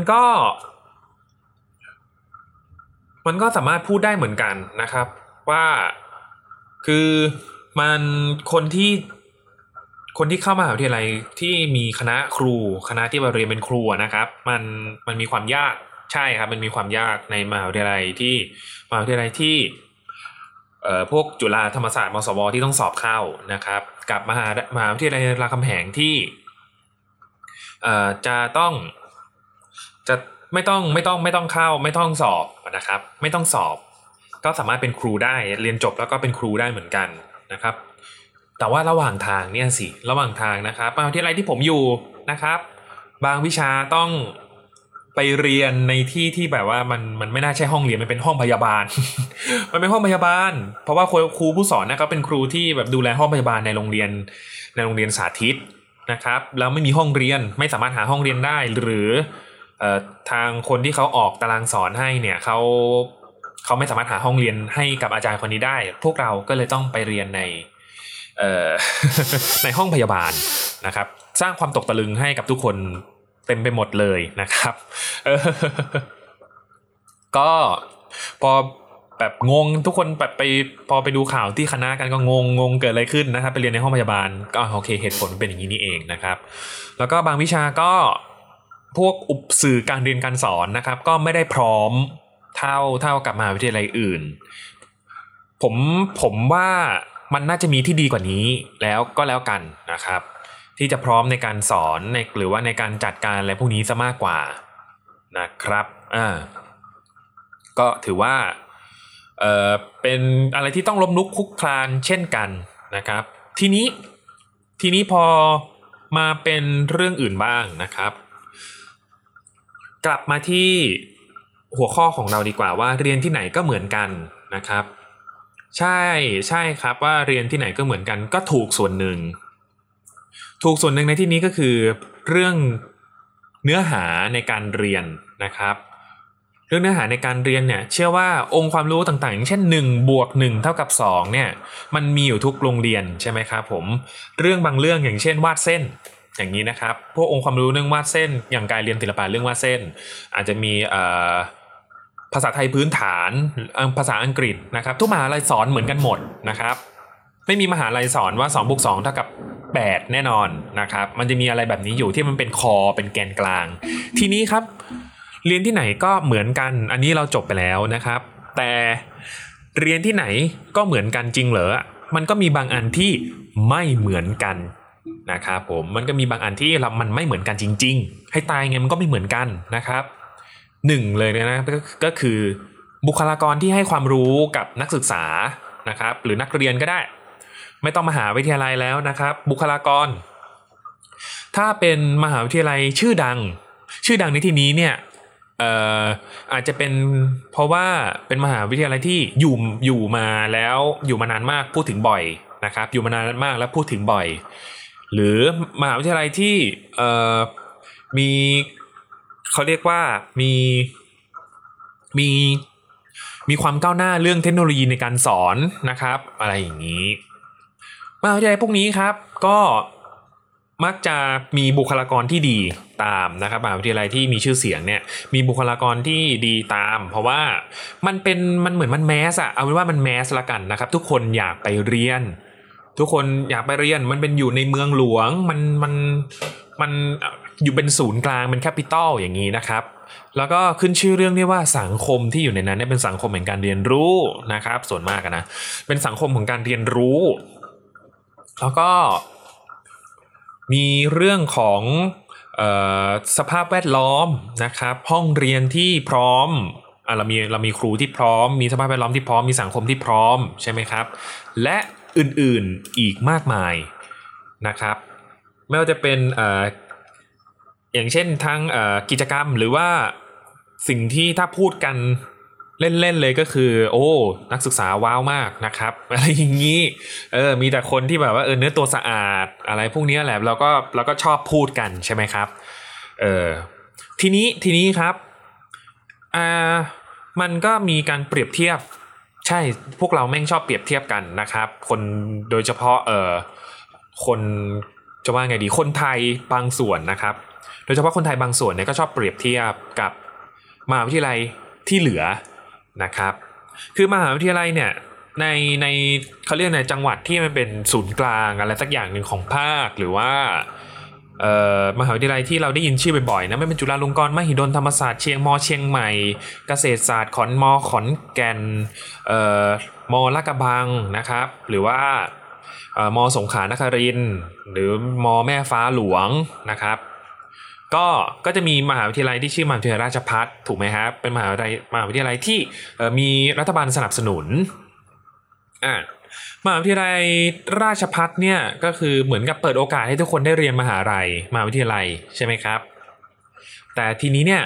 ก็สามารถพูดได้เหมือนกันนะครับว่าคือมันคนที่เข้ามหาวิทยาลัยที่มีคณะครูคณะที่มาเรียนเป็นครูนะครับมันมีความยากใช่ครับมันมีความยากในมหาวิทยาลัยที่พวกจุฬาธรรมศาสตร์มศวที่ต้องสอบเข้านะครับกับมหาวิทยาลัยรามคำแหงที่จะไม่ต้องเข้าไม่ต้องสอบนะครับไม่ต้องสอบก็สามารถเป็นครูได้เรียนจบแล้วก็เป็นครูได้เหมือนกันนะครับแต่ว่าระหว่างทางนะครับมหาวิทยาลัยที่ผมอยู่นะครับบางวิชาต้องไปเรียนในที่แบบว่ามันไม่น่าใช่ห้องเรียนมันเป็นห้องพยาบาล มันเป็นห้องพยาบาลเพราะว่าครูผู้สอนนะครับเป็นครูที่แบบดูแลห้องพยาบาลในโรงเรียนสาธิตนะครับแล้วไม่มีห้องเรียนไม่สามารถหาห้องเรียนได้หรือทางคนที่เขาออกตารางสอนให้เนี่ยเขาไม่สามารถหาห้องเรียนให้กับอาจารย์คนนี้ได้พวกเราก็เลยต้องไปเรียนในในห้องพยาบาลนะครับสร้างความตกตะลึงให้กับทุกคนเต็มไปหมดเลยนะครับก็พอแบบงงทุกคนแบบพอไปดูข่าวที่คณะกันก็งงเกิดอะไรขึ้นนะครับไปเรียนในห้องพยาบาลก็โอเคเหตุผลเป็นอย่างนี้นี่เองนะครับแล้วก็บางวิชาก็พวกสื่อการเรียนการสอนนะครับก็ไม่ได้พร้อมเท่ากับมหาวิทยาลัยอื่นผมว่ามันน่าจะมีที่ดีกว่านี้แล้วกันนะครับที่จะพร้อมในการสอนหรือว่าในการจัดการอะไรพวกนี้ซะมากกว่านะครับก็ถือว่าเป็นอะไรที่ต้องล้มลุกคลุกคลานเช่นกันนะครับทีนี้พอมาเป็นเรื่องอื่นบ้างนะครับกลับมาที่หัวข้อของเราดีกว่าว่าเรียนที่ไหนก็เหมือนกันนะครับใช่ครับว่าเรียนที่ไหนก็เหมือนกันก็ถูกส่วนหนึ่งในที่นี้ก็คือเรื่องเนื้อหาในการเรียนนะครับเรื่องเนื้อหาในการเรียนเนี่ยเชื่อว่าองค์ความรู้ต่างๆอย่างเช่น1 บวก 1 เท่ากับ2เนี่ยมันมีอยู่ทุกโรงเรียนใช่ไหมครับผมเรื่องบางเรื่องอย่างเช่นวาดเส้นอย่างนี้นะครับพวกองค์ความรู้เรื่องวาดเส้นอย่างการเรียนศิลปะเรื่องวาดเส้นอาจจะมีภาษาไทยพื้นฐานภาษาอังกฤษนะครับทุกมหาลัยสอนเหมือนกันหมดนะครับไม่มีมหาลัยสอนว่า2 บวก 2 เท่ากับ8แน่นอนนะครับมันจะมีอะไรแบบนี้อยู่ที่มันเป็นคอเป็นแกนกลางทีนี้ครับเรียนที่ไหนก็เหมือนกันอันนี้เราจบไปแล้วนะครับแต่เรียนที่ไหนก็เหมือนกันจริงเหรอมันก็มีบางอันที่ไม่เหมือนกันนะครับผมมันก็มีบางอันที่มันไม่เหมือนกันจริงๆให้ตายไงมันก็ไม่เหมือนกันนะครับ1เลยนะก็คือบุคลากรที่ให้ความรู้กับนักศึกษานะครับหรือนักเรียนก็ได้ไม่ต้องมหาวิทยาลัยแล้วนะครับบุคลากรถ้าเป็นมหาวิทยาลัยชื่อดังในที่นี้เนี่ยอาจจะเป็นเพราะว่าเป็นมหาวิทยาลัยที่อยู่มาแล้วอยู่มานานมากพูดถึงบ่อยนะครับอยู่มานานมากแล้วพูดถึงบ่อยหรือมหาวิทยาลัยที่มีเขาเรียกว่ามีความก้าวหน้าเรื่องเทคโนโลยีในการสอนนะครับอะไรอย่างนี้มหาวิทยาลัยพวกนี้ครับก็มักจะมีบุคลากรที่ดีตามนะครับมหาวิทยาลัยที่มีชื่อเสียงเนี่ยมีบุคลากรที่ดีตามเพราะว่ามันเหมือนมันแมสอะเอาเป็นว่ามันแมสละกันนะครับทุกคนอยากไปเรียนมันเป็นอยู่ในเมืองหลวงมันอยู่เป็นศูนย์กลางเป็นแคปิตอลอย่างนี้นะครับแล้วก็ขึ้นชื่อเรื่องที่ว่าสังคมที่อยู่ในนั้นเนี่ยเป็นสังคมแห่งการเรียนรู้นะครับส่วนมากนะเป็นสังคมของการเรียนรู้แล้วก็มีเรื่องของสภาพแวดล้อมนะครับห้องเรียนที่พร้อมเรามีครูที่พร้อมมีสภาพแวดล้อมที่พร้อมมีสังคมที่พร้อมใช่ไหมครับและอื่นๆอีกมากมายนะครับไม่ว่าจะเป็นอย่างเช่นทั้งกิจกรรมหรือว่าสิ่งที่ถ้าพูดกันเล่นๆเลยก็คือโอ้นักศึกษาว้าวมากนะครับอะไรอย่างนี้มีแต่คนที่แบบว่าเนื้อตัวสะอาดอะไรพวกนี้แหละเราก็ชอบพูดกันใช่ไหมครับทีนี้ครับมันก็มีการเปรียบเทียบใช่พวกเราแม่งชอบเปรียบเทียบกันนะครับคนโดยเฉพาะคนจะว่าไงดีคนไทยบางส่วนนะครับโดยเฉพาะคนไทยบางส่วนเนี่ยก็ชอบเปรียบเทียบกับมหาวิทยาลัยที่เหลือนะครับคือมหาวิทยาลัยเนี่ยในเขาเรียกในจังหวัดที่มันเป็นศูนย์กลางอะไรสักอย่างหนึ่งของภาคหรือว่ามหาวิทยาลัยที่เราได้ยินชื่อบ่อยๆนะไม่เป็นจุฬาลงกรณ์มหิดลธรรมศาสตร์เชียงใหม่เกษตรศาสตร์ขอนแก่นมลาดกระบังนะครับหรือว่ามสงขลานครินทร์หรือมแม่ฟ้าหลวงนะครับก็จะมีมหาวิทยาลัยที่ชื่อมหาวิทยาลัยราชภัฏถูกไหมครับเป็นมหาวิทยาลัยที่มีรัฐบาลสนับสนุนมหาวิทยาลัยราชภัฏเนี่ยก็คือเหมือนกับเปิดโอกาสให้ทุกคนได้เรียนมหาวิทยาลัยใช่ไหมครับแต่ทีนี้เนี่ย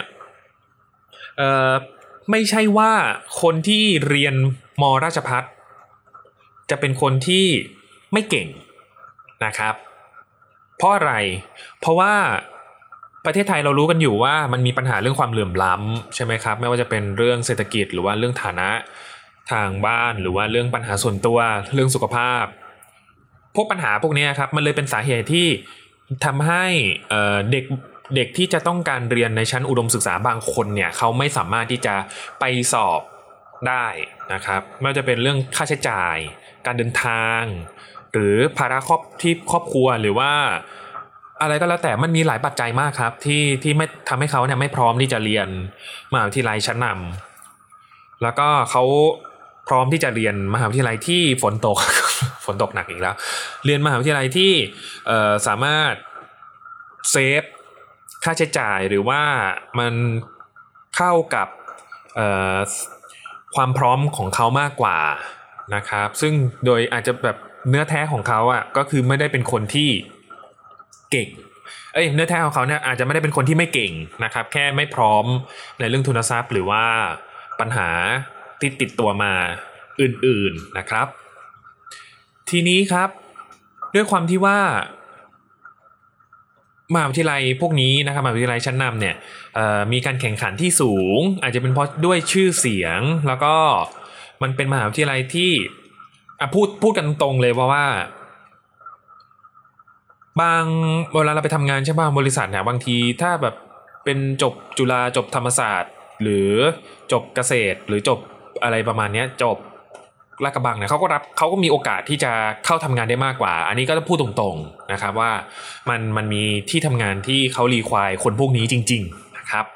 ไม่ใช่ว่าคนที่เรียนมราชภัฏจะเป็นคนที่ไม่เก่งนะครับเพราะอะไรเพราะว่าประเทศไทยเรารู้กันอยู่ว่ามันมีปัญหาเรื่องความเหลื่อมล้ำใช่ไหมครับไม่ว่าจะเป็นเรื่องเศรษฐกิจหรือว่าเรื่องฐานะทางบ้านหรือว่าเรื่องปัญหาส่วนตัวเรื่องสุขภาพพวกปัญหาพวกนี้ครับมันเลยเป็นสาเหตุที่ทำให้เด็กที่จะต้องการเรียนในชั้นอุดมศึกษาบางคนเนี่ยเขาไม่สามารถที่จะไปสอบได้นะครับไม่ว่าจะเป็นเรื่องค่าใช้จ่ายการเดินทางหรือภาระครอบครัวหรือว่าอะไรก็แล้วแต่มันมีหลายปัจจัยมากครับที่ไม่ทำให้เขาเนี่ยไม่พร้อมที่จะเรียนมหาวิทยาลัยชั้นนำแล้วก็เขาพร้อมที่จะเรียนมหาวิทยาลัยที่ฝนตก ฝนตกหนักอีกแล้วเรียนมหาวิทยาลัยที่สามารถเซฟค่าใช้จ่ายหรือว่ามันเข้ากับความพร้อมของเขามากกว่านะครับซึ่งโดยอาจจะแบบเนื้อแท้ของเขาอ่ะก็คือไม่ได้เป็นคนที่เก่งเนื้อแท้ของเขาเนี่ยอาจจะไม่ได้เป็นคนที่ไม่เก่งนะครับแค่ไม่พร้อมในเรื่องทุนทรัพย์หรือว่าปัญหาที่ติดตัวมาอื่นๆนะครับทีนี้ครับด้วยความที่ว่ามหาวิทยาลัยพวกนี้นะครับมหาวิทยาลัยชั้นนำเนี่ยมีการแข่งขันที่สูงอาจจะเป็นเพราะด้วยชื่อเสียงแล้วก็มันเป็นมหาวิทยาลัยที่พูดกันตรงเลยว่าเวลาเราไปทำงานใช่ป่ะบริษัทเนี่ยบางทีถ้าแบบเป็นจบจุฬาจบธรรมศาสตร์หรือจบเกษตรหรือจบอะไรประมาณนี้จบลาดกระบังเนี่ยเขาก็มีโอกาสที่จะเข้าทำงานได้มากกว่าอันนี้ก็ต้องพูดตรงๆนะครับว่ามันมีที่ทำงานที่เขารีควายคนพวกนี้จริงๆนะครับ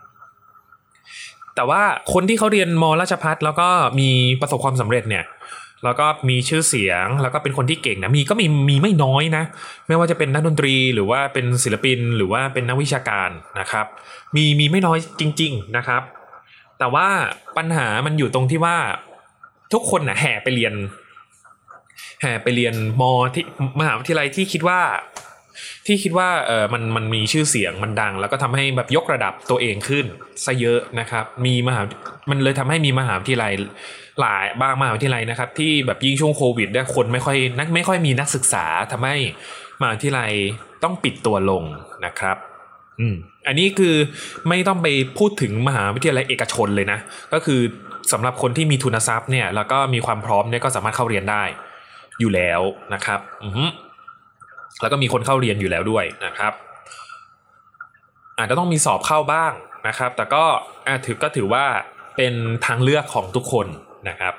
แต่ว่าคนที่เขาเรียนม.ราชภัฏแล้วก็มีประสบความสำเร็จเนี่ยแล้วก็มีชื่อเสียงแล้วก็เป็นคนที่เก่งนะมีไม่น้อยนะไม่ว่าจะเป็นนักดนตรีหรือว่าเป็นศิลปินหรือว่าเป็นนักวิชาการนะครับมีไม่น้อยจริงๆนะครับแต่ว่าปัญหามันอยู่ตรงที่ว่าทุกคนน่ะแห่ไปเรียนม.ที่มหาวิทยาลัยที่คิดว่าที่คิดว่ามันมีชื่อเสียงมันดังแล้วก็ทำให้แบบยกระดับตัวเองขึ้นซะเยอะนะครับมันเลยทำให้มีมหาวิทยาลัยหลายบางมหาวิทยาลัยนะครับที่แบบยิ่งช่วงโควิดเนี่ยคนไม่ค่อยมีนักศึกษาทำให้มหาวิทยาลัยต้องปิดตัวลงนะครับอันนี้คือไม่ต้องไปพูดถึงมหาวิทยาลัยเอกชนเลยนะก็คือสำหรับคนที่มีทุนทรัพย์เนี่ยแล้วก็มีความพร้อมเนี่ยก็สามารถเข้าเรียนได้อยู่แล้วนะครับแล้วก็มีคนเข้าเรียนอยู่แล้วด้วยนะครับอาจจะต้องมีสอบเข้าบ้างนะครับแต่ก็ถือว่าเป็นทางเลือกของทุกคนนะครับ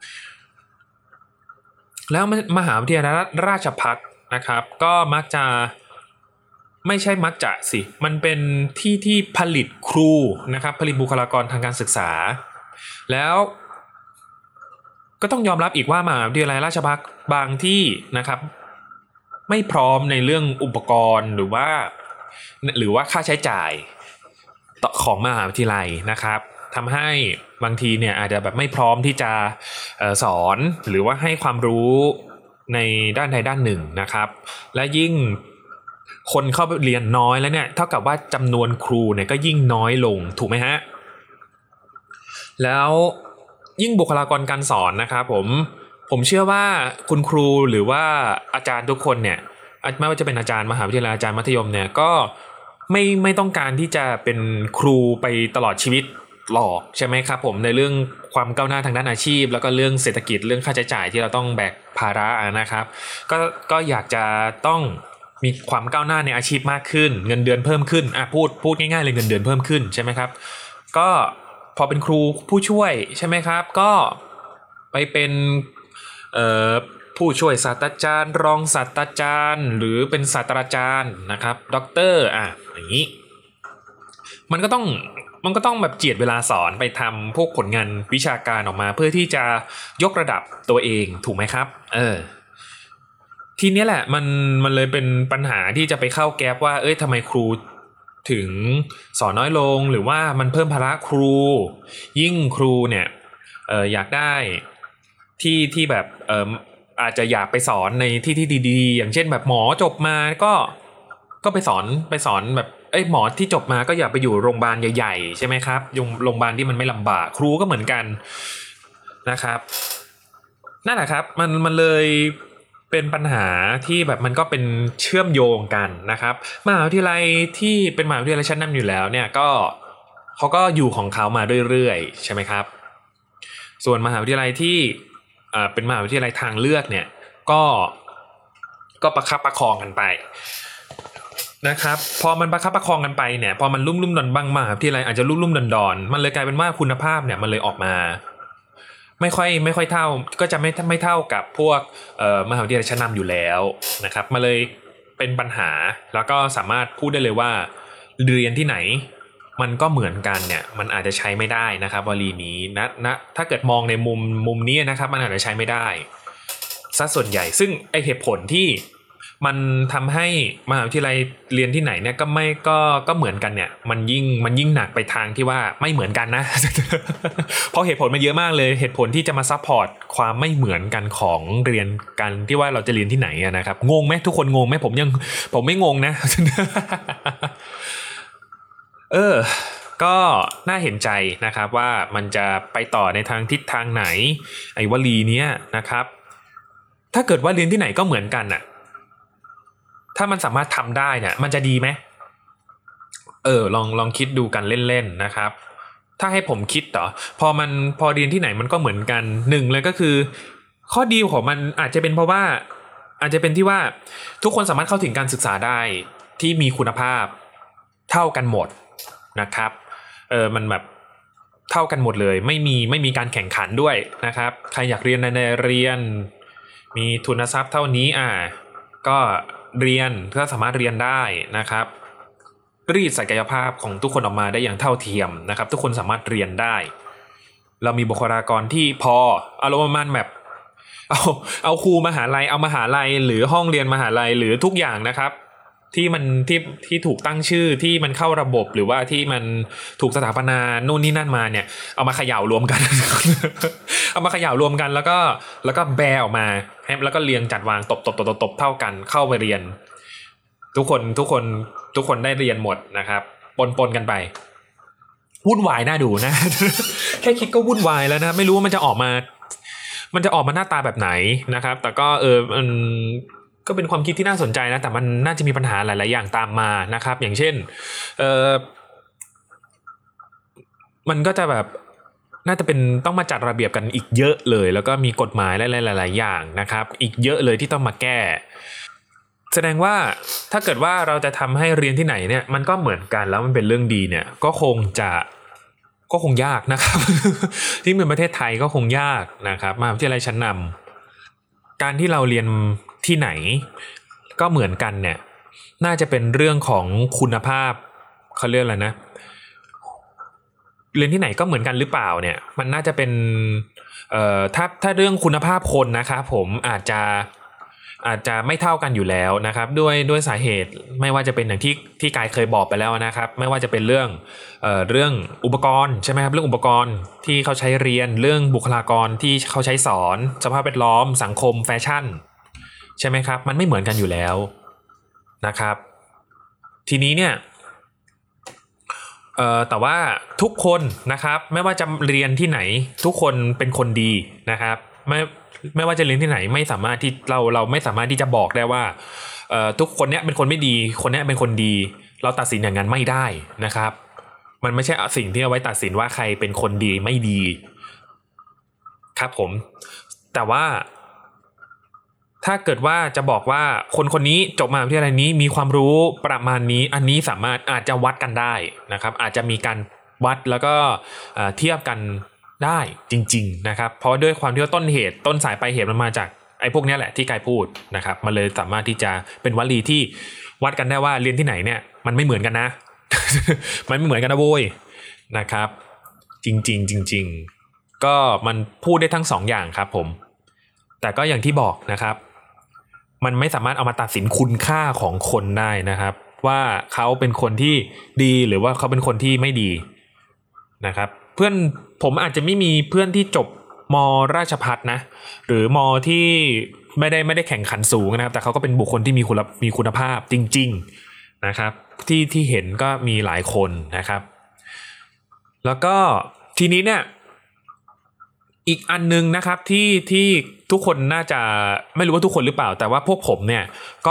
แล้วมหาวิทยาลัยราชภัฏนะครับก็มักจะไม่ใช่มักจะสิมันเป็นที่ผลิตครูนะครับผลิตบุคลากรทางการศึกษาแล้วก็ต้องยอมรับอีกว่ามหาวิทยาลัยราชภัฏบางที่นะครับไม่พร้อมในเรื่องอุปกรณ์หรือว่าค่าใช้จ่ายของมหาวิทยาลัยนะครับทำให้บางทีเนี่ยอาจจะแบบไม่พร้อมที่จะสอนหรือว่าให้ความรู้ในด้านใดด้านหนึ่งนะครับและยิ่งคนเข้าเรียนน้อยแล้วเนี่ยเท่ากับว่าจำนวนครูเนี่ยก็ยิ่งน้อยลงถูกไหมฮะแล้วยิ่งบุคลากรการสอนนะครับผมเชื่อว่าคุณครูหรือว่าอาจารย์ทุกคนเนี่ยไม่ว่าจะเป็นอาจารย์มหาวิทยาลัยอาจารย์มัธยมเนี่ยก็ไม่ต้องการที่จะเป็นครูไปตลอดชีวิตหรอกใช่ไหมครับผมในเรื่องความก้าวหน้าทางด้านอาชีพแล้วก็เรื่องเศรษฐกิจเรื่องค่าใช้จ่ายที่เราต้องแบกภาระนะครับก็อยากจะต้องมีความก้าวหน้าในอาชีพมากขึ้นเงินเดือนเพิ่มขึ้นพูดง่ายๆเลยเงินเดือนเพิ่มขึ้นใช่ไหมครับก็พอเป็นครูผู้ช่วยใช่ไหมครับก็ไปเป็นผู้ช่วยศาสตราจารย์รองศาสตราจารย์หรือเป็นศาสตราจารย์นะครับด็อกเตอร์อย่างนี้มันก็ต้องแบบเจียดเวลาสอนไปทำพวกผลงานวิชาการออกมาเพื่อที่จะยกระดับตัวเองถูกไหมครับทีนี้แหละมันเลยเป็นปัญหาที่จะไปเข้าแก๊ปว่าทำไมครูถึงสอนน้อยลงหรือว่ามันเพิ่มภาระครูยิ่งครูเนี่ยอยากได้ที่แบบอาจจะอยากไปสอนในที่ดีๆอย่างเช่นแบบหมอจบมาก็ไปสอนแบบหมอที่จบมาก็อย่าไปอยู่โรงพยาบาลใหญ่ๆใช่ไหมครับโรงพยาบาลที่มันไม่ลำบากครูก็เหมือนกันนะครับนั่นแหละครับมันเลยเป็นปัญหาที่แบบมันก็เป็นเชื่อมโยงกันนะครับมหาวิทยาลัยที่เป็นมหาวิทยาลัยชั้นนำอยู่แล้วเนี่ยก็เขาก็อยู่ของเขามาเรื่อยๆใช่ไหมครับส่วนมหาวิทยาลัยที่เป็นมหาวิทยาลัยทางเลือกเนี่ยก็ประคับประคองกันไปนะครับพอมันประคับประคองกันไปเนี่ยพอมันลุ่มๆดอนบางมหาวิทยาลัยอาจจะลุ่มๆดอนมันเลยกลายเป็นว่าคุณภาพเนี่ยมันเลยออกมาไม่ค่อยเท่าก็จะไม่เท่ากับพวกมหาวิทยาลัยชั้นนำอยู่แล้วนะครับมาเลยเป็นปัญหาแล้วก็สามารถพูดได้เลยว่าเรียนที่ไหนมันก็เหมือนกันเนี่ยมันอาจจะใช้ไม่ได้นะครับวลีนี้นะถ้าเกิดมองในมุมนี้นะครับมันอาจจะใช้ไม่ได้ซะส่วนใหญ่ซึ่งไอเหตุผลที่มันทำให้มหาวิทยาลัยเรียนที่ไหนเนี่ยก็เหมือนกันเนี่ยมันยิ่งหนักไปทางที่ว่าไม่เหมือนกันนะ เพราะเหตุผลมันเยอะมากเลยเหตุผลที่จะมาซัพพอร์ตความไม่เหมือนกันของเรียนกันที่ว่าเราจะเรียนที่ไหนนะครับงงไหมทุกคนงงไหมผมไม่งงนะ ก็น่าเห็นใจนะครับว่ามันจะไปต่อในทางทิศทางไหนไอ้วลีเนี้ยนะครับถ้าเกิดว่าเรียนที่ไหนก็เหมือนกันน่ะถ้ามันสามารถทำได้เนี่ยมันจะดีไหมลองคิดดูกันเล่นๆนะครับถ้าให้ผมคิดพอเรียนที่ไหนมันก็เหมือนกันหนึ่งเลยก็คือข้อดีของมันอาจจะเป็นเพราะว่าอาจจะเป็นที่ว่าทุกคนสามารถเข้าถึงการศึกษาได้ที่มีคุณภาพเท่ากันหมดนะครับมันแบบเท่ากันหมดเลยไม่มีการแข่งขันด้วยนะครับใครอยากเรียนในเรียนมีทุนทรัพย์เท่านี้ก็เรียนก็สามารถเรียนได้นะครับรีดศักยภาพของทุกคนออกมาได้อย่างเท่าเทียมนะครับทุกคนสามารถเรียนได้เรามีบุคลากรที่พออารมณ์ประมาณแบบเอาครูมหาลัยเอามหาลัยหรือห้องเรียนมหาลัยหรือทุกอย่างนะครับที่มันที่ถูกตั้งชื่อที่มันเข้าระบบหรือว่าที่มันถูกสถาปนานู่นนี่นั่นมาเนี่ยเอามาเขย่ารวมกัน เอามาเขย่ารวมกันแล้วก็แบร์ออกมาแล้วก็เรียงจัดวางตบเท่ากันเข้าไปเรียนทุกคนได้เรียนหมดนะครับปนกันไปวุ่นวายน่าดูนะ แค่คิดก็วุ่นวายแล้วนะไม่รู้ว่ามันจะออกมาหน้าตาแบบไหนนะครับแต่ก็มันก็เป็นความคิดที่น่าสนใจนะแต่มันน่าจะมีปัญหาหลายๆอย่างตามมานะครับอย่างเช่นมันก็จะแบบน่าจะเป็นต้องมาจัดระเบียบกันอีกเยอะเลยแล้วก็มีกฎหมายหลายๆอย่างนะครับอีกเยอะเลยที่ต้องมาแก้แสดงว่าถ้าเกิดว่าเราจะทำให้เรียนที่ไหนเนี่ยมันก็เหมือนกันแล้วมันเป็นเรื่องดีเนี่ยก็คงยากนะครับ ที่เป็นประเทศไทยก็คงยากนะครับมหาวิทยาลัยชั้นนำการที่เราเรียนที่ไหนก็เหมือนกันเนี่ยน่าจะเป็นเรื่องของคุณภาพเขาเรียกอะไรนะเรียนที่ไหนก็เหมือนกันหรือเปล่าเนี่ยมันน่าจะเป็นถ้าเรื่องคุณภาพคนนะครับผมอาจจะไม่เท่ากันอยู่แล้วนะครับด้วยสาเหตุไม่ว่าจะเป็นอย่างที่กายเคยบอกไปแล้วนะครับไม่ว่าจะเป็นเรื่องอุปกรณ์ใช่ไหมครับเรื่องอุปกรณ์ที่เขาใช้เรียนเรื่องบุคลากรที่เขาใช้สอนสภาพแวดล้อมสังคมแฟชั่นใช่ไหมครับมันไม่เหมือนกันอยู่แล้วนะครับทีนี้เนี่ยแต่ว่าทุกคนนะครับไม่ว่าจะเรียนที่ไหนทุกคนเป็นคนดีนะครับไม่ว่าจะเรียนที่ไหนไม่สามารถที่เราไม่สามารถที่จะบอกได้ว่าทุกคนเนี้ยเป็นคนไม่ดีคนเนี้ยเป็นคนดีเราตัดสินอย่างนั้นไม่ได้นะครับมันไม่ใช่สิ่งที่เอาไว้ตัดสินว่าใครเป็นคนดีไม่ดีครับผมแต่ว่าถ้าเกิดว่าจะบอกว่าคนนี้จบมหาวิทยาลัยนี้มีความรู้ประมาณนี้อันนี้อาจจะวัดกันได้นะครับอาจจะมีการวัดแล้วก็เทียบกันได้จริงๆนะครับเพราะด้วยความที่ว่าต้นสายปลายเหตุมันมาจากไอ้พวกนี้แหละที่กายพูดนะครับมันเลยสามารถที่จะเป็นวลีที่วัดกันได้ว่าเรียนที่ไหนเนี่ยมันไม่เหมือนกันนะ มันไม่เหมือนกันนะโว้ยนะครับจริงๆก็มันพูดได้ทั้งสองอย่างครับผมแต่ก็อย่างที่บอกนะครับมันไม่สามารถเอามาตัดสินคุณค่าของคนได้นะครับว่าเขาเป็นคนที่ดีหรือว่าเขาเป็นคนที่ไม่ดีนะครับเพื่อนผมอาจจะไม่มีเพื่อนที่จบม.ราชภัฏนะหรือม.ที่ไม่ได้แข่งขันสูงนะครับแต่เขาก็เป็นบุคคลที่มีคุณภาพจริงๆนะครับที่เห็นก็มีหลายคนนะครับแล้วก็ทีนี้เนี่ยอีกอันนึงนะครับที่ทุกคนน่าจะไม่รู้ว่าทุกคนหรือเปล่าแต่ว่าพวกผมเนี่ย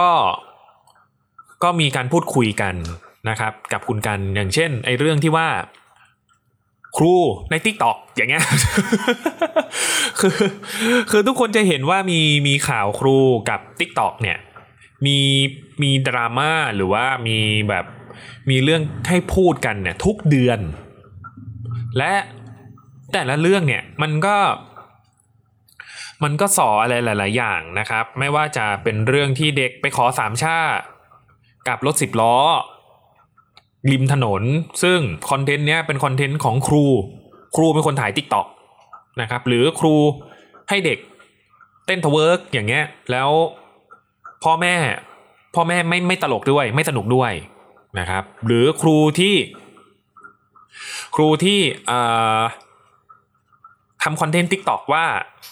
ก็มีการพูดคุยกันนะครับกับคุณกันอย่างเช่นไอ้เรื่องที่ว่าครูใน TikTok อย่างเงี้ย คือคือทุกคนจะเห็นว่ามีข่าวครูกับ TikTok เนี่ยมีดราม่าหรือว่ามีเรื่องให้พูดกันเนี่ยทุกเดือนและแต่ละเรื่องเนี่ยมันก็สออะไรหลายๆอย่างนะครับไม่ว่าจะเป็นเรื่องที่เด็กไปขอสามชากับรถ10 ล้อริมถนนซึ่งคอนเทนต์เนี้ยเป็นคอนเทนต์ของครูเป็นคนถ่าย TikTok นะครับหรือครูให้เด็กเต้นทเวิร์กอย่างเงี้ยแล้วพ่อแม่ไม่ตลกด้วยไม่สนุกด้วยนะครับหรือครูที่ทำคอนเทนต์ TikTok ว่า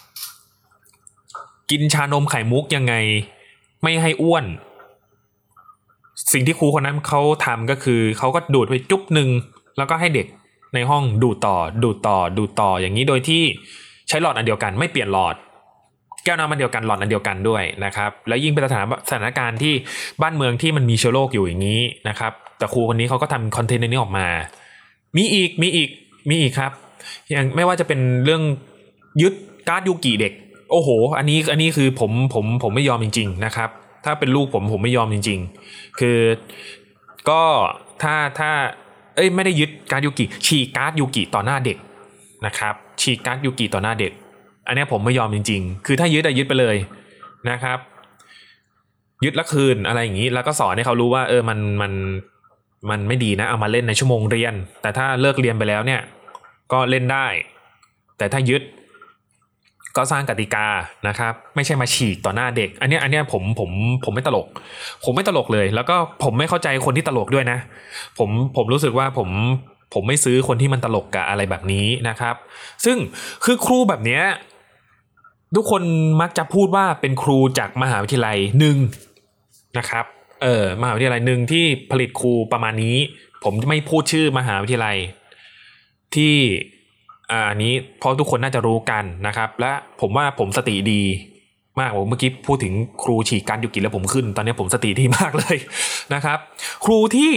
กินชานมไข่มุกยังไงไม่ให้อ้วนสิ่งที่ครูคนนั้นเขาทำก็คือเขาก็ดูดไปจุ๊บนึงแล้วก็ให้เด็กในห้องดูดต่ออย่างนี้โดยที่ใช้หลอดอันเดียวกันไม่เปลี่ยนหลอดแก้วน้ำอันเดียวกันหลอดอันเดียวกันด้วยนะครับแล้วยิ่งเป็นสถานการณ์ที่บ้านเมืองที่มันมีเชื้อโรคอยู่อย่างนี้นะครับแต่ครูคนนี้เขาก็ทำคอนเทนต์นี้ออกมามีอีกครับอย่างไม่ว่าจะเป็นเรื่องยึดการ์ดยูกิเด็กโอ้โหอันนี้คือผมไม่ยอมจริงๆนะครับถ้าเป็นลูกผมไม่ยอมจริงๆคือก็ถ้าไม่ได้ยึดการ์ดยูกิฉีกการ์ดยูกิต่อหน้าเด็กนะครับฉีกการ์ดยูกิต่อหน้าเด็กอันนี้ผมไม่ยอมจริงๆคือถ้ายึดไปเลยนะครับยึดละคืนอะไรอย่างนี้แล้วก็สอนให้เขารู้ว่ามันไม่ดีนะเอามาเล่นในชั่วโมงเรียนแต่ถ้าเลิกเรียนไปแล้วเนี่ยก็เล่นได้แต่ถ้ายึดก็สร้างกติกานะครับไม่ใช่มาฉีกต่อหน้าเด็กอันเนี้ยผมไม่ตลกเลยแล้วก็ผมไม่เข้าใจคนที่ตลกด้วยนะผมรู้สึกว่าผมไม่ซื้อคนที่มันตลกกับอะไรแบบนี้นะครับซึ่งคือครูแบบเนี้ยทุกคนมักจะพูดว่าเป็นครูจากมหาวิทยาลัยหนึ่งนะครับมหาวิทยาลัยหนึ่งที่ผลิตครูประมาณนี้ผมไม่พูดชื่อมหาวิทยาลัยที่อันนี้เพราะทุกคนน่าจะรู้กันนะครับและผมว่าผมสติดีมากผมเมื่อกี้พูดถึงครูฉีกการยุกิแล้วผมขึ้นตอนนี้ผมสติดีมากเลยนะครับครูที่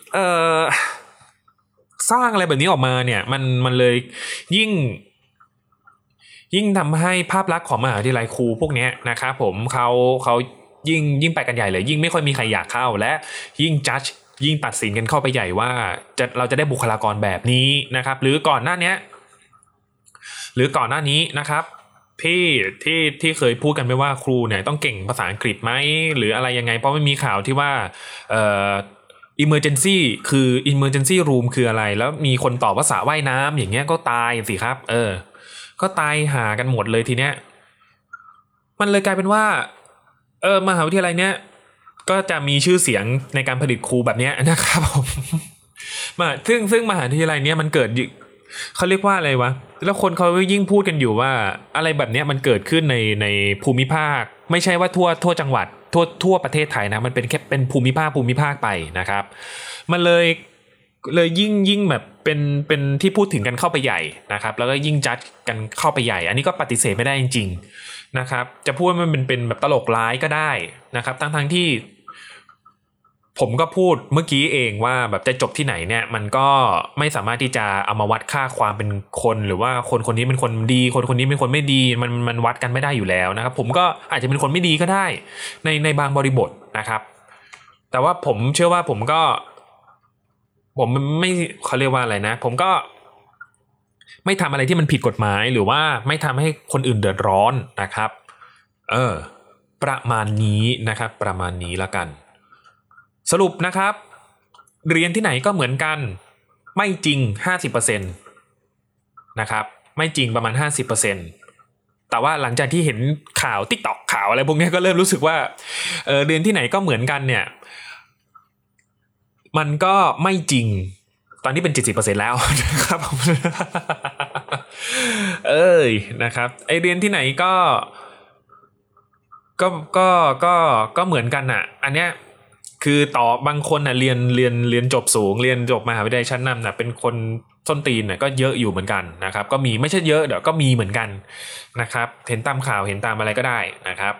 สร้างอะไรแบบนี้ออกมาเนี่ยมันเลยยิ่งทำให้ภาพลักษณ์ของมหาวิทยาลัยครูพวกนี้นะครับผมเขายิ่งไปกันใหญ่เลยยิ่งไม่ค่อยมีใครอยากเข้าและยิ่งจัดยิ่งตัดสินกันเข้าไปใหญ่ว่าเราจะได้บุคลากรแบบนี้นะครับหรือก่อนหน้านี้นะครับที่เคยพูดกันไปว่าครูเนี่ยต้องเก่งภาษาอังกฤษไหมหรืออะไรยังไงเพราะไม่มีข่าวที่ว่าemergency คือ emergency room คืออะไรแล้วมีคนตอบว่าสระว่ายน้ำอย่างเงี้ยก็ตายสิครับก็ตายหากันหมดเลยทีเนี้ยมันเลยกลายเป็นว่ามหาวิทยาลัยเนี้ยก็จะมีชื่อเสียงในการผลิตครูแบบเนี้ยนะครับผมซึ่งมหาวิทยาลัยเนี้ยมันเกิดเขาเรียกว่าอะไรวะแล้วคนเขายิ่งพูดกันอยู่ว่าอะไรแบบเนี้ยมันเกิดขึ้นในภูมิภาคไม่ใช่ว่าทั่วจังหวัดทั่วประเทศไทยนะมันเป็นแค่เป็นภูมิภาคไปนะครับมันเลยยิ่งแบบเป็นที่พูดถึงกันเข้าไปใหญ่นะครับแล้วก็ยิ่งจัดกันเข้าไปใหญ่อันนี้ก็ปฏิเสธไม่ได้จริงๆนะครับจะพูดว่ามันเป็นแบบตลกร้ายก็ได้นะครับทั้งที่ผมก็พูดเมื่อกี้เองว่าแบบจะจบที่ไหนเนี่ยมันก็ไม่สามารถที่จะเอามาวัดค่าความเป็นคนหรือว่าคนนี้เป็นคนดีคนนี้เป็นคนไม่ดีมันวัดกันไม่ได้อยู่แล้วนะครับผมก็อาจจะเป็นคนไม่ดีก็ได้ในบางบริบทนะครับแต่ว่าผมเชื่อว่าผมไม่เขาเรียกว่าอะไรนะผมก็ไม่ทำอะไรที่มันผิดกฎหมายหรือว่าไม่ทำให้คนอื่นเดือดร้อนนะครับประมาณนี้นะครับประมาณนี้ละกันสรุปนะครับเรียนที่ไหนก็เหมือนกันไม่จริง 50% นะครับไม่จริงประมาณ 50% แต่ว่าหลังจากที่เห็นข่าว TikTok ข่าวอะไรพวกนี้ก็เริ่มรู้สึกว่าเรียนที่ไหนก็เหมือนกันเนี่ยมันก็ไม่จริงตอนนี้เป็น 70% แล้วนะครับนะครับไอเรียนที่ไหนก็เหมือนกันอ่ะอันเนี้ยคือต่อบางคนน่ะเรียนจบสูงเรียนจบมหาวิทยาลัยชั้นนำน่ะเป็นคนส้นตีนน่ะก็เยอะอยู่เหมือนกันนะครับก็มีไม่ใช่เยอะเดี๋ยวก็มีเหมือนกันนะครับเห็นตามข่าวเห็นตามอะไรก็ได้นะครับ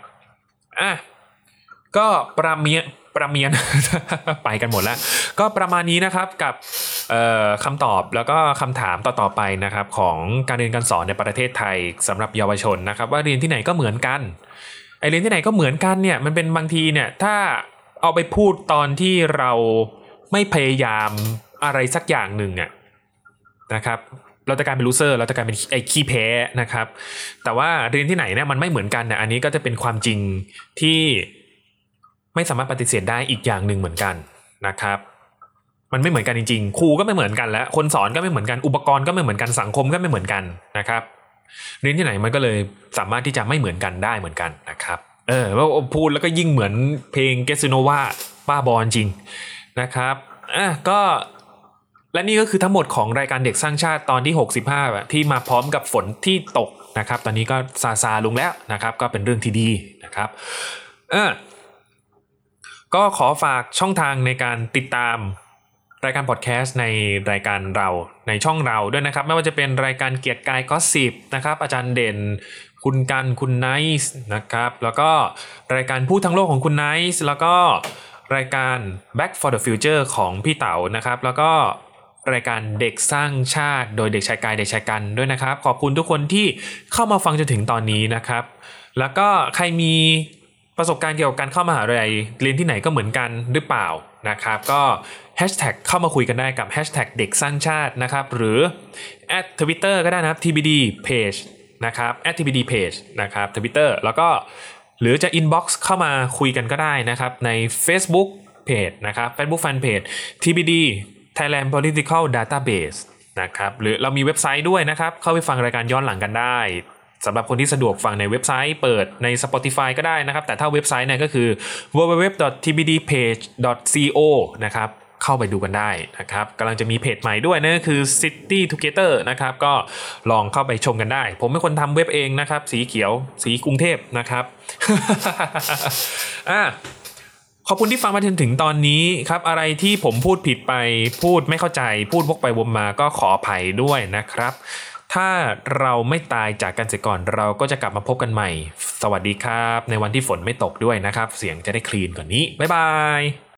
ก็ประเมียน ไปกันหมดแล้วก็ประมาณนี้นะครับกับคำตอบแล้วก็คำถามต่อไปนะครับของการเรียนการสอนในประเทศไทยสำหรับเยาวชนนะครับว่าเรียนที่ไหนก็เหมือนกันไอเรียนที่ไหนก็เหมือนกันเนี่ยมันเป็นบางทีเนี่ยถ้าเอาไปพูดตอนที่เราไม่พยายามอะไรสักอย่างหนึ่งเนี่ยนะครับเราจะกลายเป็นลูเซอร์เราจะกลายเป็นไอ้ขี้แพ้นะครับแต่ว่าเรียนที่ไหนเนี่ยมันไม่เหมือนกันเนี่ยอันนี้ก็จะเป็นความจริงที่ไม่สามารถปฏิเสธได้อีกอย่างหนึ่งเหมือนกันนะครับมันไม่เหมือนกันจริงๆครูก็ไม่เหมือนกันและคนสอนก็ไม่เหมือนกันอุปกรณ์ก็ไม่เหมือนกันสังคมก็ไม่เหมือนกันนะครับเรียนที่ไหนมันก็เลยสามารถที่จะไม่เหมือนกันได้เหมือนกันนะครับว่าพูดแล้วก็ยิ่งเหมือนเพลงเกสโนวาบ้าบอลจริงนะครับก็และนี่ก็คือทั้งหมดของรายการเด็กสร้างชาติตอนที่65ที่มาพร้อมกับฝนที่ตกนะครับตอนนี้ก็ซาลงแล้วนะครับก็เป็นเรื่องที่ดีนะครับก็ขอฝากช่องทางในการติดตามรายการพอดแคสต์ในรายการเราในช่องเราด้วยนะครับไม่ว่าจะเป็นรายการเกียรติกายก็10นะครับอาจารย์เด่นคุณกันคุณไนซ์นะครับแล้วก็รายการพูดทั้งโลกของคุณไนซ์แล้วก็รายการ Back for the Future ของพี่เต๋านะครับแล้วก็รายการเด็กสร้างชาติโดยเด็กชายกายเด็กชายกันด้วยนะครับขอบคุณทุกคนที่เข้ามาฟังจนถึงตอนนี้นะครับแล้วก็ใครมีประสบการณ์เกี่ยวกับการเข้ามหาวิทยาลัยเรียนที่ไหนก็เหมือนกันหรือเปล่านะครับก็แฮชแท็กเข้ามาคุยกันได้กับแฮชแท็กเด็กสร้างชาตินะครับหรือ @Twitter ก็ได้นะครับ TBD page นะครับ @TBD page นะครับ Twitter แล้วก็หรือจะ inbox เข้ามาคุยกันก็ได้นะครับใน Facebook page นะครับ Facebook fan page TBD Thailand Political Database นะครับหรือเรามีเว็บไซต์ด้วยนะครับเข้าไปฟังรายการย้อนหลังกันได้สำหรับคนที่สะดวกฟังในเว็บไซต์เปิดใน Spotify ก็ได้นะครับแต่ถ้าเว็บไซต์เนี่ยก็คือ www.tbdpage.co นะครับเข้าไปดูกันได้นะครับกำลังจะมีเพจใหม่ด้วยนั่นก็คือ City Together นะครับก็ลองเข้าไปชมกันได้ผมเป็นคนทำเว็บเองนะครับสีเขียวสีกรุงเทพนะครับขอบคุณที่ฟังมาจนถึงตอนนี้ครับอะไรที่ผมพูดผิดไปพูดไม่เข้าใจพูดวกไปวนมาก็ขออภัยด้วยนะครับถ้าเราไม่ตายจากกันเสียก่อนเราก็จะกลับมาพบกันใหม่สวัสดีครับในวันที่ฝนไม่ตกด้วยนะครับเสียงจะได้คลีนกว่านี้บ๊ายบาย